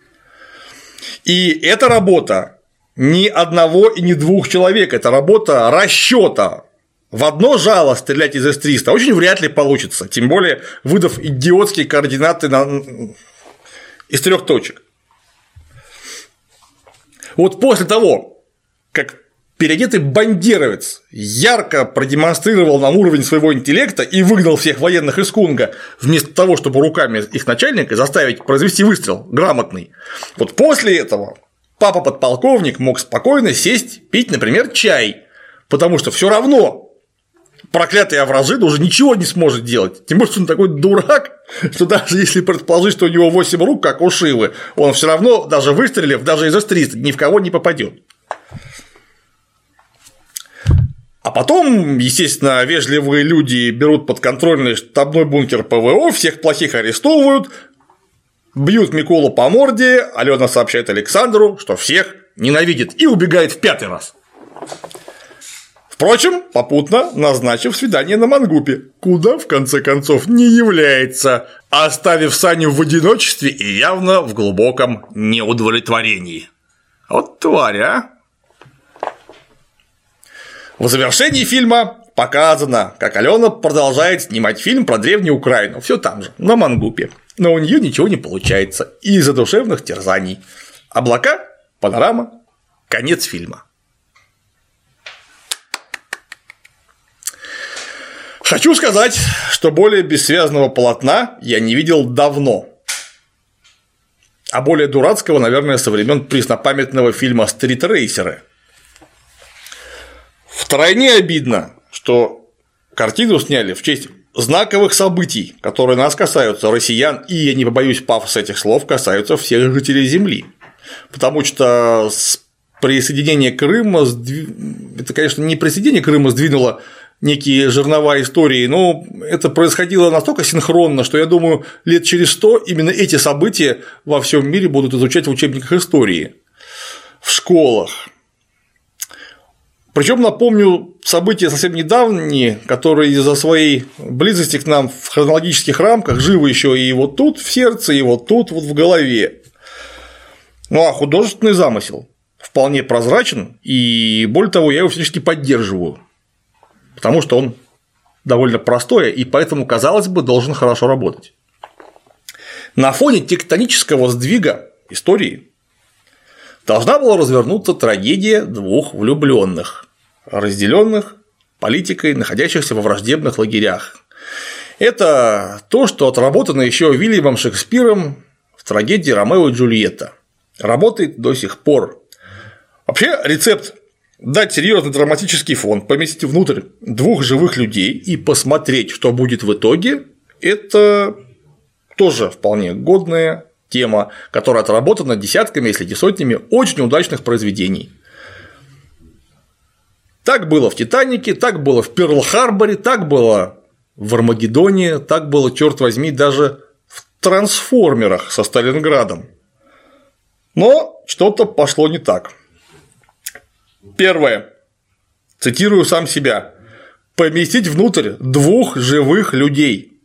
И эта работа ни одного и ни двух человек, это работа расчета. В одно жало стрелять из С-300 очень вряд ли получится, тем более выдав идиотские координаты из 3 точек. Вот после того, как переодетый бандеровец ярко продемонстрировал нам уровень своего интеллекта и выгнал всех военных из Кунга, вместо того, чтобы руками их начальника заставить произвести выстрел грамотный, вот после этого папа-подполковник мог спокойно сесть пить, например, чай, потому что все равно проклятый Авражид уже ничего не сможет делать. Тем более, что он такой дурак, что даже если предположить, что у него 8 рук, как у Шивы, он все равно, даже выстрелив, даже из С-300, ни в кого не попадет. А потом, естественно, вежливые люди берут подконтрольный штабной бункер ПВО, всех плохих арестовывают, бьют Миколу по морде, Алена сообщает Александру, что всех ненавидит, и убегает в 5-й раз. Впрочем, попутно назначив свидание на Мангупе, куда, в конце концов, не является, оставив Саню в одиночестве и явно в глубоком неудовлетворении. Вот тварь, а! В завершении фильма показано, как Алена продолжает снимать фильм про древнюю Украину, все там же, на Мангупе, но у нее ничего не получается из-за душевных терзаний. Облака, панорама, конец фильма. Хочу сказать, что более бессвязного полотна я не видел давно. А более дурацкого, наверное, со времен преснопамятного фильма «Стритрейсеры». Втройне обидно, что картину сняли в честь знаковых событий, которые нас касаются, россиян, и, я не побоюсь пафоса этих слов, касаются всех жителей Земли. Потому что с присоединения Крыма, это, конечно, не присоединение Крыма сдвинуло некие жернова истории, но это происходило настолько синхронно, что, я думаю, лет через 100 именно эти события во всем мире будут изучать в учебниках истории, в школах. Причем напомню события совсем недавние, которые из-за своей близости к нам в хронологических рамках живы еще и вот тут в сердце, и вот тут вот в голове. Ну а художественный замысел вполне прозрачен, и более того, я его всячески поддерживаю, потому что он довольно простой и поэтому, казалось бы, должен хорошо работать. На фоне тектонического сдвига истории должна была развернуться трагедия двух влюбленных, разделенных политикой, находящихся во враждебных лагерях. Это то, что отработано еще Уильямом Шекспиром в трагедии «Ромео и Джульетта». Работает до сих пор. Вообще, рецепт дать серьезный драматический фон, поместить внутрь двух живых людей и посмотреть, что будет в итоге, это тоже вполне годная тема, которая отработана десятками, если не сотнями очень удачных произведений. Так было в «Титанике», так было в «Пёрл-Харборе», так было в «Армагеддоне», так было, черт возьми, даже в «Трансформерах» со Сталинградом. Но что-то пошло не так. Первое. Цитирую сам себя. Поместить внутрь двух живых людей.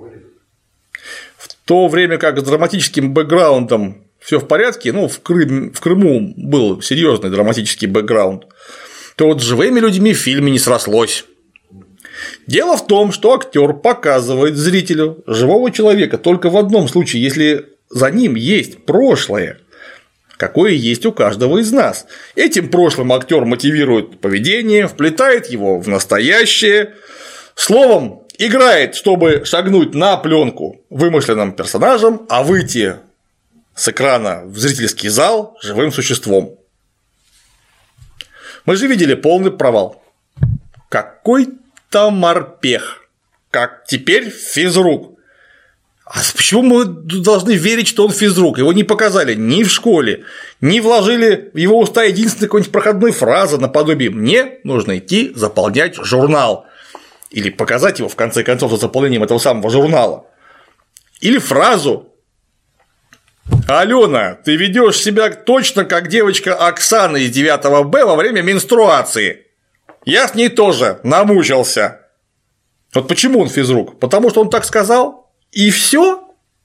В то время как с драматическим бэкграундом все в порядке, ну, в Крыму был серьезный драматический бэкграунд, то вот с живыми людьми в фильме не срослось. Дело в том, что актер показывает зрителю живого человека только в одном случае, если за ним есть прошлое, какое есть у каждого из нас. Этим прошлым актер мотивирует поведение, вплетает его в настоящее, словом, играет, чтобы шагнуть на пленку вымышленным персонажем, а выйти с экрана в зрительский зал живым существом. Мы же видели полный провал. Какой-то морпех, как теперь физрук. А почему мы должны верить, что он физрук? Его не показали ни в школе, не вложили в его уста единственной какой-нибудь проходной фразы наподобие «мне нужно идти заполнять журнал» или показать его в конце концов за заполнением этого самого журнала. Или фразу «Алёна, ты ведешь себя точно как девочка Оксана из 9 Б во время менструации. Я с ней тоже намучился». Вот почему он физрук? Потому что он так сказал? И все.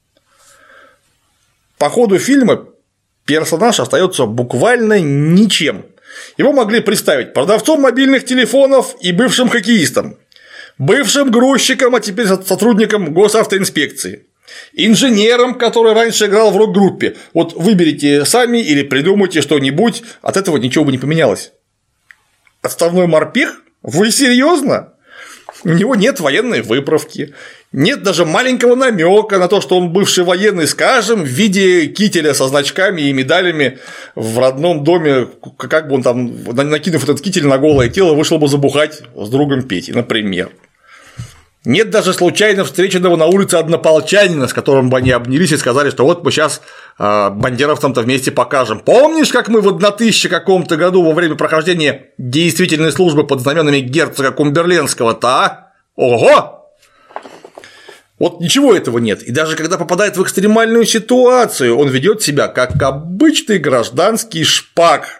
По ходу фильма персонаж остается буквально ничем. Его могли представить продавцом мобильных телефонов и бывшим хоккеистом, бывшим грузчиком, а теперь сотрудником госавтоинспекции, инженером, который раньше играл в рок-группе. Вот выберите сами или придумайте что-нибудь, от этого ничего бы не поменялось. Отставной морпех? Вы серьезно? У него нет военной выправки, нет даже маленького намека на то, что он бывший военный, скажем, в виде кителя со значками и медалями в родном доме, как бы он там, накинув этот китель на голое тело, вышел бы забухать с другом Петей, например. Нет даже случайно встреченного на улице однополчанина, с которым бы они обнялись и сказали, что вот мы сейчас бандеровцам-то вместе покажем. Помнишь, как мы в 1000 каком-то году во время прохождения действительной службы под знаменами герцога Кумберленского-то, а? Ого! Вот ничего этого нет. И даже когда попадает в экстремальную ситуацию, он ведет себя как обычный гражданский шпак.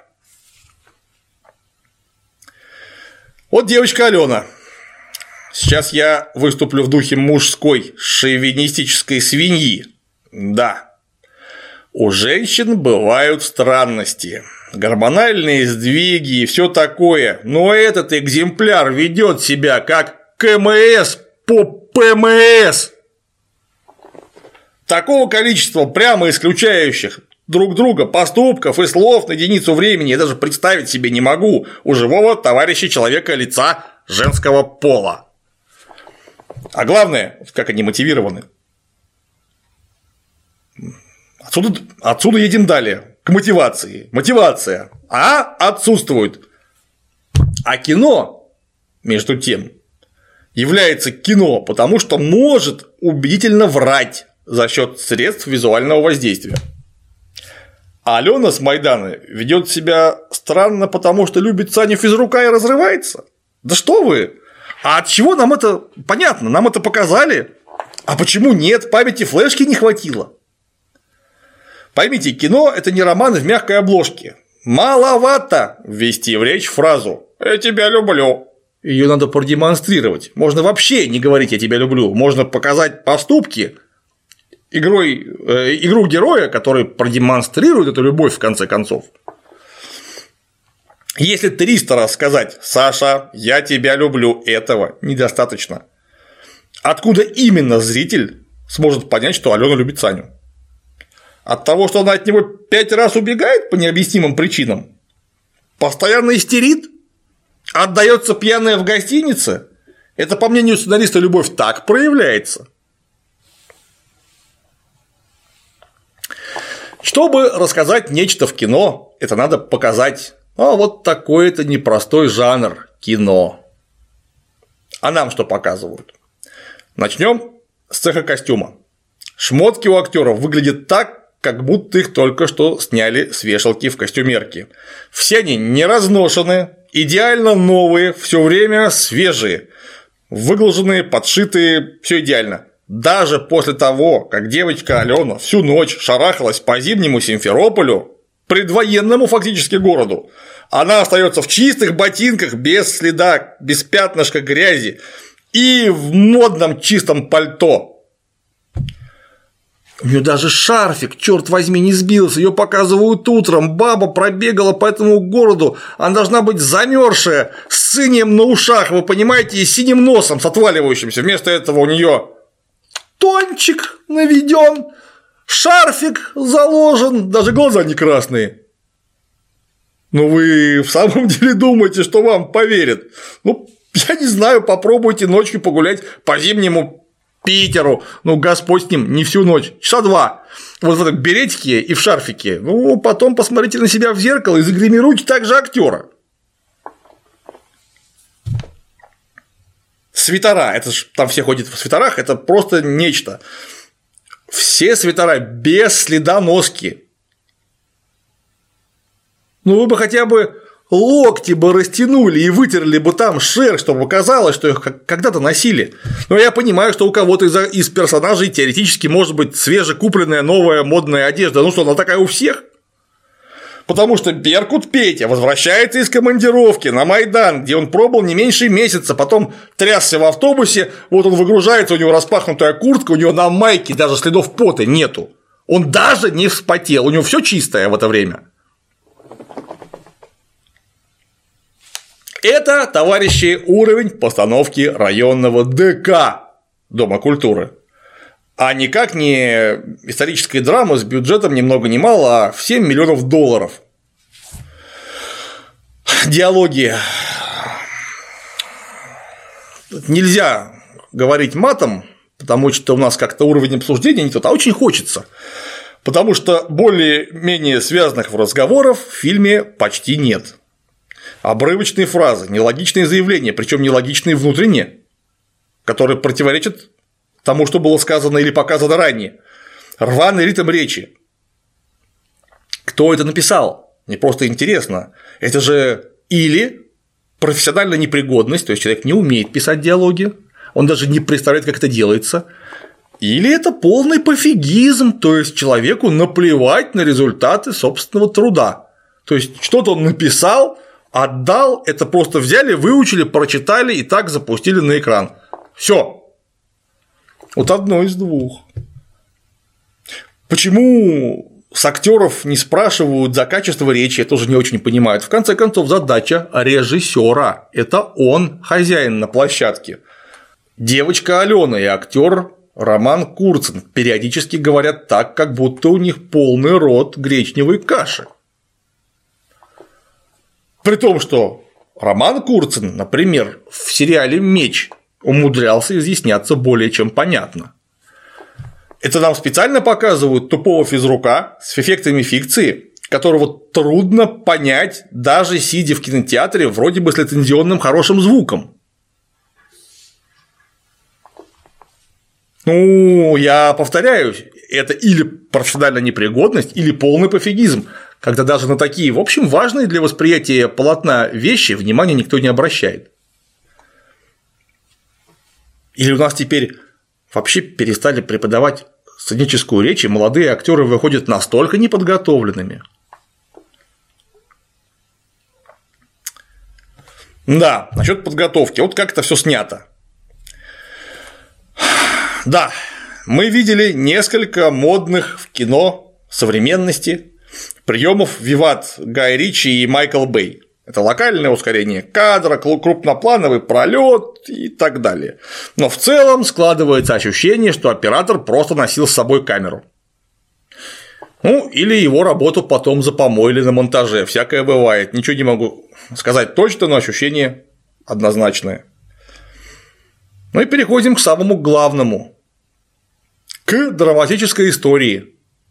Вот девочка Алёна. Сейчас я выступлю в духе мужской шовинистической свиньи. Да. У женщин бывают странности, гормональные сдвиги и все такое, но этот экземпляр ведет себя как КМС по ПМС. Такого количества прямо исключающих друг друга поступков и слов на единицу времени я даже представить себе не могу у живого товарища человека лица женского пола. А главное, как они мотивированы. Отсюда едем далее, к мотивации. Мотивация отсутствует. А кино, между тем, является кино, потому что может убедительно врать за счет средств визуального воздействия. А Алена с Майдана ведет себя странно, потому что любит Саню Физрука и разрывается. Да что вы? А от чего нам это понятно? Нам это показали. А почему нет? Памяти флешки не хватило. Поймите, кино – это не роман в мягкой обложке. Маловато ввести в речь фразу «Я тебя люблю». Ее надо продемонстрировать. Можно вообще не говорить «я тебя люблю». Можно показать поступки, игру героя, который продемонстрирует эту любовь в конце концов. Если 300 раз сказать «Саша, я тебя люблю», этого недостаточно. Откуда именно зритель сможет понять, что Алена любит Саню? От того, что она от него 5 раз убегает по необъяснимым причинам? Постоянно истерит? Отдается пьяная в гостинице? Это, по мнению сценариста, любовь так проявляется. Чтобы рассказать нечто в кино, это надо показать. Вот такой-то непростой жанр – кино. А нам что показывают? Начнем с цеха костюма. Шмотки у актеров выглядят так, как будто их только что сняли с вешалки в костюмерке. Все они не разношены, идеально новые, все время свежие, выглаженные, подшитые, все идеально. Даже после того, как девочка Алена всю ночь шарахалась по зимнему Симферополю, предвоенному фактически городу, она остается в чистых ботинках, без следа, без пятнышка грязи и в модном чистом пальто. У нее даже шарфик, черт возьми, не сбился, ее показывают утром, баба пробегала по этому городу, она должна быть замерзшая, с инеем на ушах, вы понимаете, и синим носом с отваливающимся, вместо этого у нее тончик наведен, шарфик заложен, даже глаза не красные. Ну вы в самом деле думаете, что вам поверят? Ну, я не знаю, попробуйте ночью погулять по зимнему Питеру, ну, Господь с ним, не всю ночь, часа 2, вот в этом беретике и в шарфике, ну, потом посмотрите на себя в зеркало и загримируйте также актера. Свитера, это ж там все ходят в свитерах, это просто нечто. Все свитера без следа носки. Ну, вы бы хотя бы локти бы растянули и вытерли бы там шерсть, чтобы казалось, что их когда-то носили. Но я понимаю, что у кого-то из персонажей теоретически может быть свежекупленная новая модная одежда. Ну что, она такая у всех? Потому что Беркут Петя возвращается из командировки на Майдан, где он пробыл не меньше месяца, потом трясся в автобусе, вот он выгружается, у него распахнутая куртка, у него на майке даже следов пота нету. Он даже не вспотел, у него все чистое в это время. Это, товарищи, уровень постановки районного ДК Дома культуры, а никак не историческая драма с бюджетом ни много ни мало, а в $7 миллионов. Диалоги. Нельзя говорить матом, потому что у нас как-то уровень обсуждения не тот, а очень хочется, потому что более-менее связанных разговоров в фильме почти нет. Обрывочные фразы, нелогичные заявления, причем нелогичные внутренне, которые противоречат тому, что было сказано или показано ранее. Рваный ритм речи. Кто это написал? Мне просто интересно. Это же или профессиональная непригодность, то есть человек не умеет писать диалоги, он даже не представляет, как это делается, или это полный пофигизм, то есть человеку наплевать на результаты собственного труда. То есть что-то он написал, отдал, это просто взяли, выучили, прочитали и так запустили на экран. Все. Вот одно из двух. Почему с актеров не спрашивают за качество речи, я тоже не очень понимаю. В конце концов, задача режиссера. Это он хозяин на площадке. Девочка Алена и актер Роман Курцин периодически говорят так, как будто у них полный рот гречневой каши. При том, что Роман Курцин, например, в сериале «Меч» умудрялся изъясняться более чем понятно. Это нам специально показывают тупого физрука с эффектами фикции, которого трудно понять, даже сидя в кинотеатре вроде бы с лицензионным хорошим звуком. Ну, я повторяюсь, это или профессиональная непригодность, или полный пофигизм, когда даже на такие, в общем, важные для восприятия полотна вещи внимания никто не обращает. Или у нас теперь вообще перестали преподавать сценическую речь, и молодые актеры выходят настолько неподготовленными. Да, насчет подготовки. Вот как это все снято. Да, мы видели несколько модных в кино современности приемов виват Гай Ричи и Майкл Бэй. Это локальное ускорение кадра, крупноплановый пролет и так далее. Но в целом складывается ощущение, что оператор просто носил с собой камеру. Ну, или его работу потом запомоили на монтаже. Всякое бывает. Ничего не могу сказать точно, но ощущение однозначное. Ну и переходим к самому главному. К драматической истории.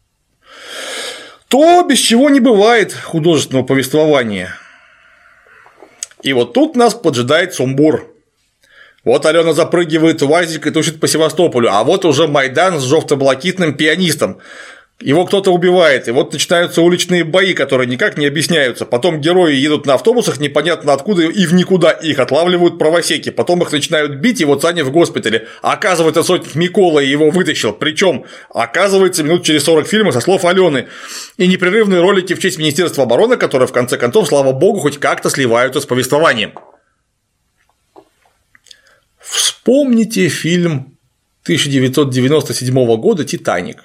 То, без чего не бывает художественного повествования. И вот тут нас поджидает сумбур. Вот Алена запрыгивает в УАЗик и тушит по Севастополю, а вот уже Майдан с жовто-блакитным пианистом. Его кто-то убивает, и вот начинаются уличные бои, которые никак не объясняются. Потом герои едут на автобусах непонятно откуда и в никуда, их отлавливают правосеки. Потом их начинают бить, и вот Саня в госпитале. А оказывается, сотник Микола его вытащил. Причем, оказывается, минут через 40 фильма со слов Алены. И непрерывные ролики в честь Министерства обороны, которые в конце концов, слава богу, хоть как-то сливаются с повествованием. Вспомните фильм 1997 года «Титаник».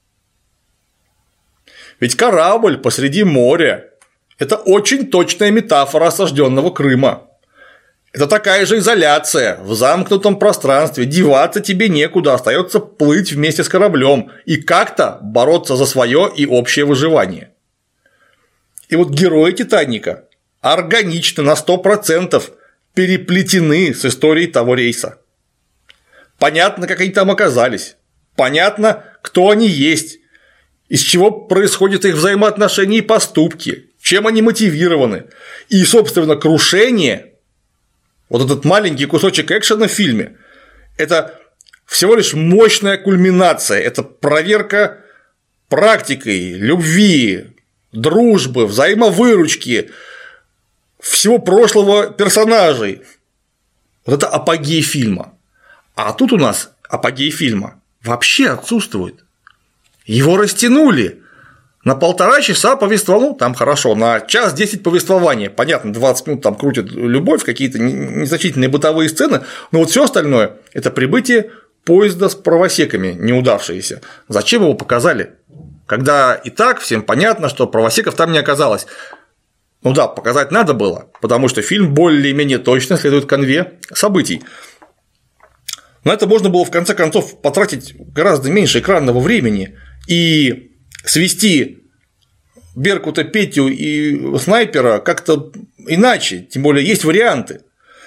Ведь корабль посреди моря – это очень точная метафора осажденного Крыма. Это такая же изоляция в замкнутом пространстве, деваться тебе некуда, остается плыть вместе с кораблем и как-то бороться за свое и общее выживание. И вот герои «Титаника» органично на 100% переплетены с историей того рейса. Понятно, как они там оказались, понятно, кто они есть. Из чего происходят их взаимоотношения и поступки, чем они мотивированы. И, собственно, крушение, вот этот маленький кусочек экшена в фильме, это всего лишь мощная кульминация, это проверка практикой, любви, дружбы, взаимовыручки, всего прошлого персонажей. Вот это апогей фильма. А тут у нас апогей фильма вообще отсутствует. Его растянули на 1,5 часа повествования, ну, там хорошо, на 1:10 повествования, понятно, 20 минут там крутят любовь, какие-то незначительные бытовые сцены, но вот все остальное – это прибытие поезда с правосеками неудавшиеся. Зачем его показали? Когда и так всем понятно, что правосеков там не оказалось. Ну да, показать надо было, потому что фильм более-менее точно следует канве событий. Но это можно было в конце концов потратить гораздо меньше экранного времени и свести Беркута, Петю и снайпера как-то иначе, тем более есть варианты.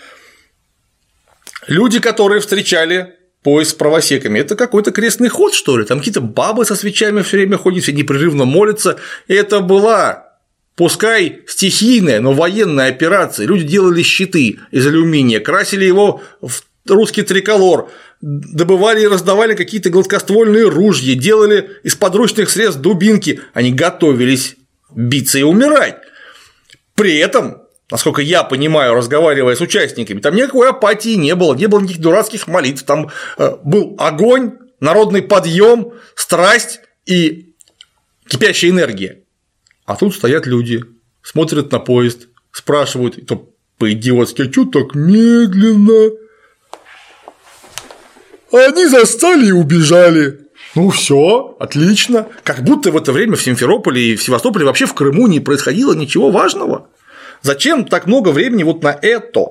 Люди, которые встречали поезд с правосеками, это какой-то крестный ход, что ли, там какие-то бабы со свечами все время ходят, все непрерывно молятся, и это была, пускай стихийная, но военная операция, люди делали щиты из алюминия, красили его в русский триколор, добывали и раздавали какие-то гладкоствольные ружья, делали из подручных средств дубинки, они готовились биться и умирать. При этом, насколько я понимаю, разговаривая с участниками, там никакой апатии не было никаких дурацких молитв, там был огонь, народный подъем, страсть и кипящая энергия. А тут стоят люди, смотрят на поезд, спрашивают, то по-идиотски, а что так медленно? Они застали и убежали. Ну все, отлично. Как будто в это время в Симферополе и в Севастополе, вообще в Крыму не происходило ничего важного. Зачем так много времени вот на это?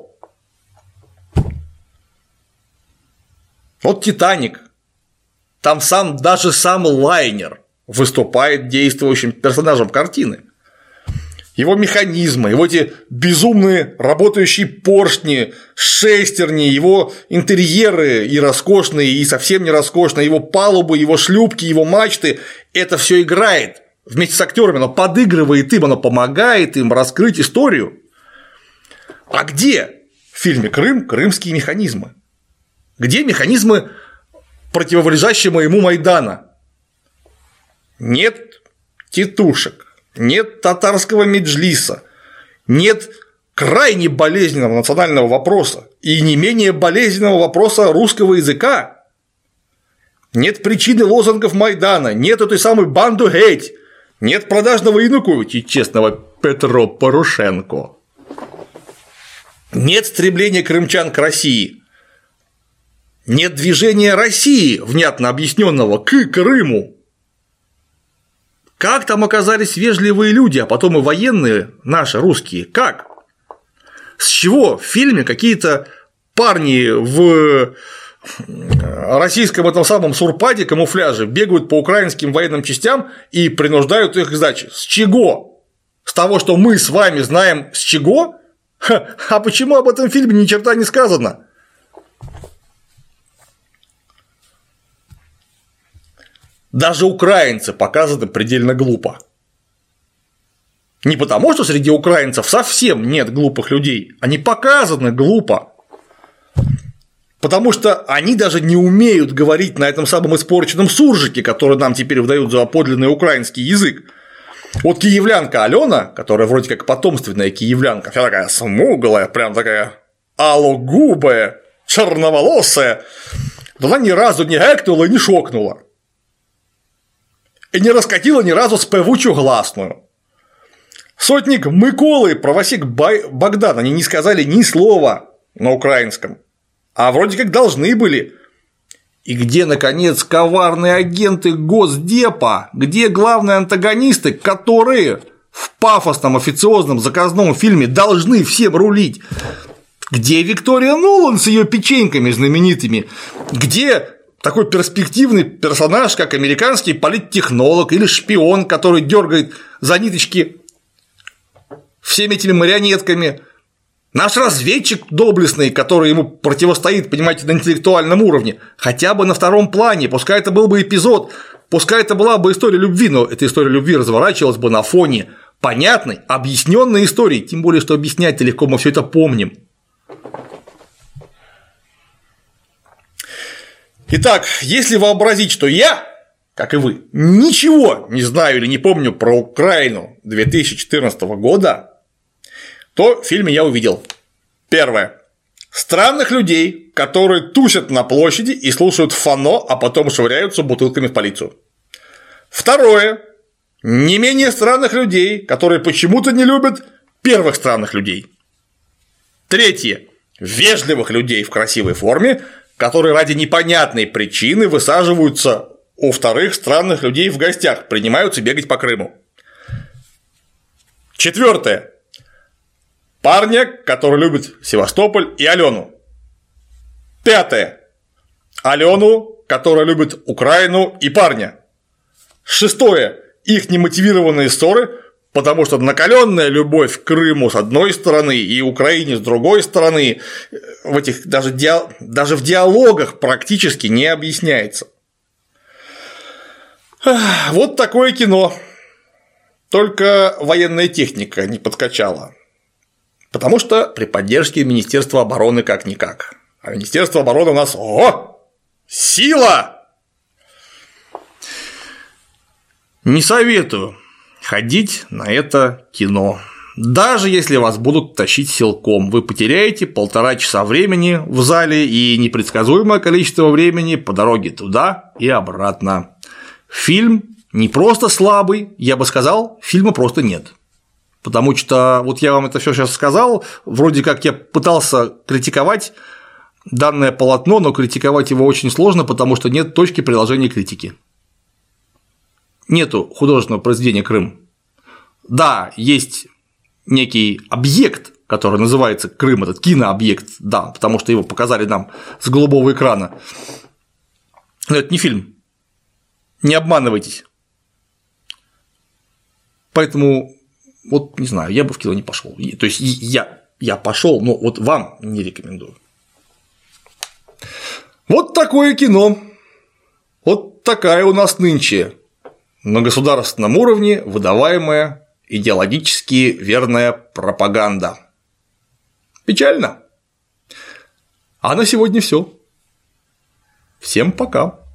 Вот «Титаник». Там даже сам лайнер выступает действующим персонажем картины. его механизмы, его эти безумные работающие поршни, шестерни, его интерьеры и роскошные, и совсем не роскошные, его палубы, его шлюпки, его мачты – это все играет вместе с актерами, оно подыгрывает им, оно помогает им раскрыть историю. А где в фильме «Крым» крымские механизмы? Где механизмы противолежащего ему Майдана? Нет тетушек. Нет татарского меджлиса, нет крайне болезненного национального вопроса и не менее болезненного вопроса русского языка, нет причины лозунгов Майдана, нет этой самой банду геть, нет продажного Януковича и честного Петро Порошенко, нет стремления крымчан к России, нет движения России, внятно объясненного, к Крыму. Как там оказались вежливые люди, а потом и военные наши русские? Как? С чего в фильме какие-то парни в российском этом самом сурпаде, камуфляже бегают по украинским военным частям и принуждают их к сдаче? С чего? С того, что мы с вами знаем с чего? А почему об этом фильме ни черта не сказано? Даже украинцы показаны предельно глупо. Не потому, что среди украинцев совсем нет глупых людей, они показаны глупо. Потому что они даже не умеют говорить на этом самом испорченном суржике, который нам теперь выдают за подлинный украинский язык. Вот киевлянка Алена, которая вроде как потомственная киевлянка, вся такая смуглая, прям такая алогубая, черноволосая, она ни разу не экнула и не шокнула. И не раскатила ни разу спевучу гласную. Сотник Миколы и правосек Богдан, они не сказали ни слова на украинском, а вроде как должны были. И где, наконец, коварные агенты Госдепа, где главные антагонисты, которые в пафосном, официозном, заказном фильме должны всем рулить? Где Виктория Нолан с ее печеньками знаменитыми? Где такой перспективный персонаж, как американский политтехнолог или шпион, который дергает за ниточки всеми этими марионетками, наш разведчик доблестный, который ему противостоит, понимаете, на интеллектуальном уровне, хотя бы на втором плане, пускай это был бы эпизод, пускай это была бы история любви, но эта история любви разворачивалась бы на фоне понятной, объясненной истории, тем более, что объяснять-то легко, мы все это помним. Итак, если вообразить, что я, как и вы, ничего не знаю или не помню про Украину 2014 года, то в фильме я увидел: первое – странных людей, которые тусят на площади и слушают фано, а потом швыряются бутылками в полицию. Второе – не менее странных людей, которые почему-то не любят первых странных людей. Третье – вежливых людей в красивой форме, которые ради непонятной причины высаживаются у вторых странных людей в гостях, принимаются бегать по Крыму. Четвертое. Парня, который любит Севастополь и Алену. Пятое. Алену, которая любит Украину и парня. Шестое. Их немотивированные ссоры, потому что накаленная любовь к Крыму с одной стороны и Украине с другой стороны в этих даже в диалогах практически не объясняется. Вот такое кино. Только военная техника не подкачала. Потому что при поддержке Министерства обороны как-никак. А Министерство обороны у нас сила! Не советую ходить на это кино. Даже если вас будут тащить силком, вы потеряете 1,5 часа времени в зале и непредсказуемое количество времени по дороге туда и обратно. Фильм не просто слабый, я бы сказал, фильма просто нет. Потому что вот я вам это все сейчас сказал, вроде как я пытался критиковать данное полотно, но критиковать его очень сложно, потому что нет точки приложения критики. Нету художественного произведения «Крым». Да, есть некий объект, который называется Крым, этот кинообъект, да, потому что его показали нам с голубого экрана. Но это не фильм. Не обманывайтесь. Поэтому вот не знаю, я бы в кино не пошел. То есть я пошел, но вот вам не рекомендую. Вот такое кино. Вот такая у нас нынче на государственном уровне выдаваемая идеологически верная пропаганда. Печально. А на сегодня все. Всем пока.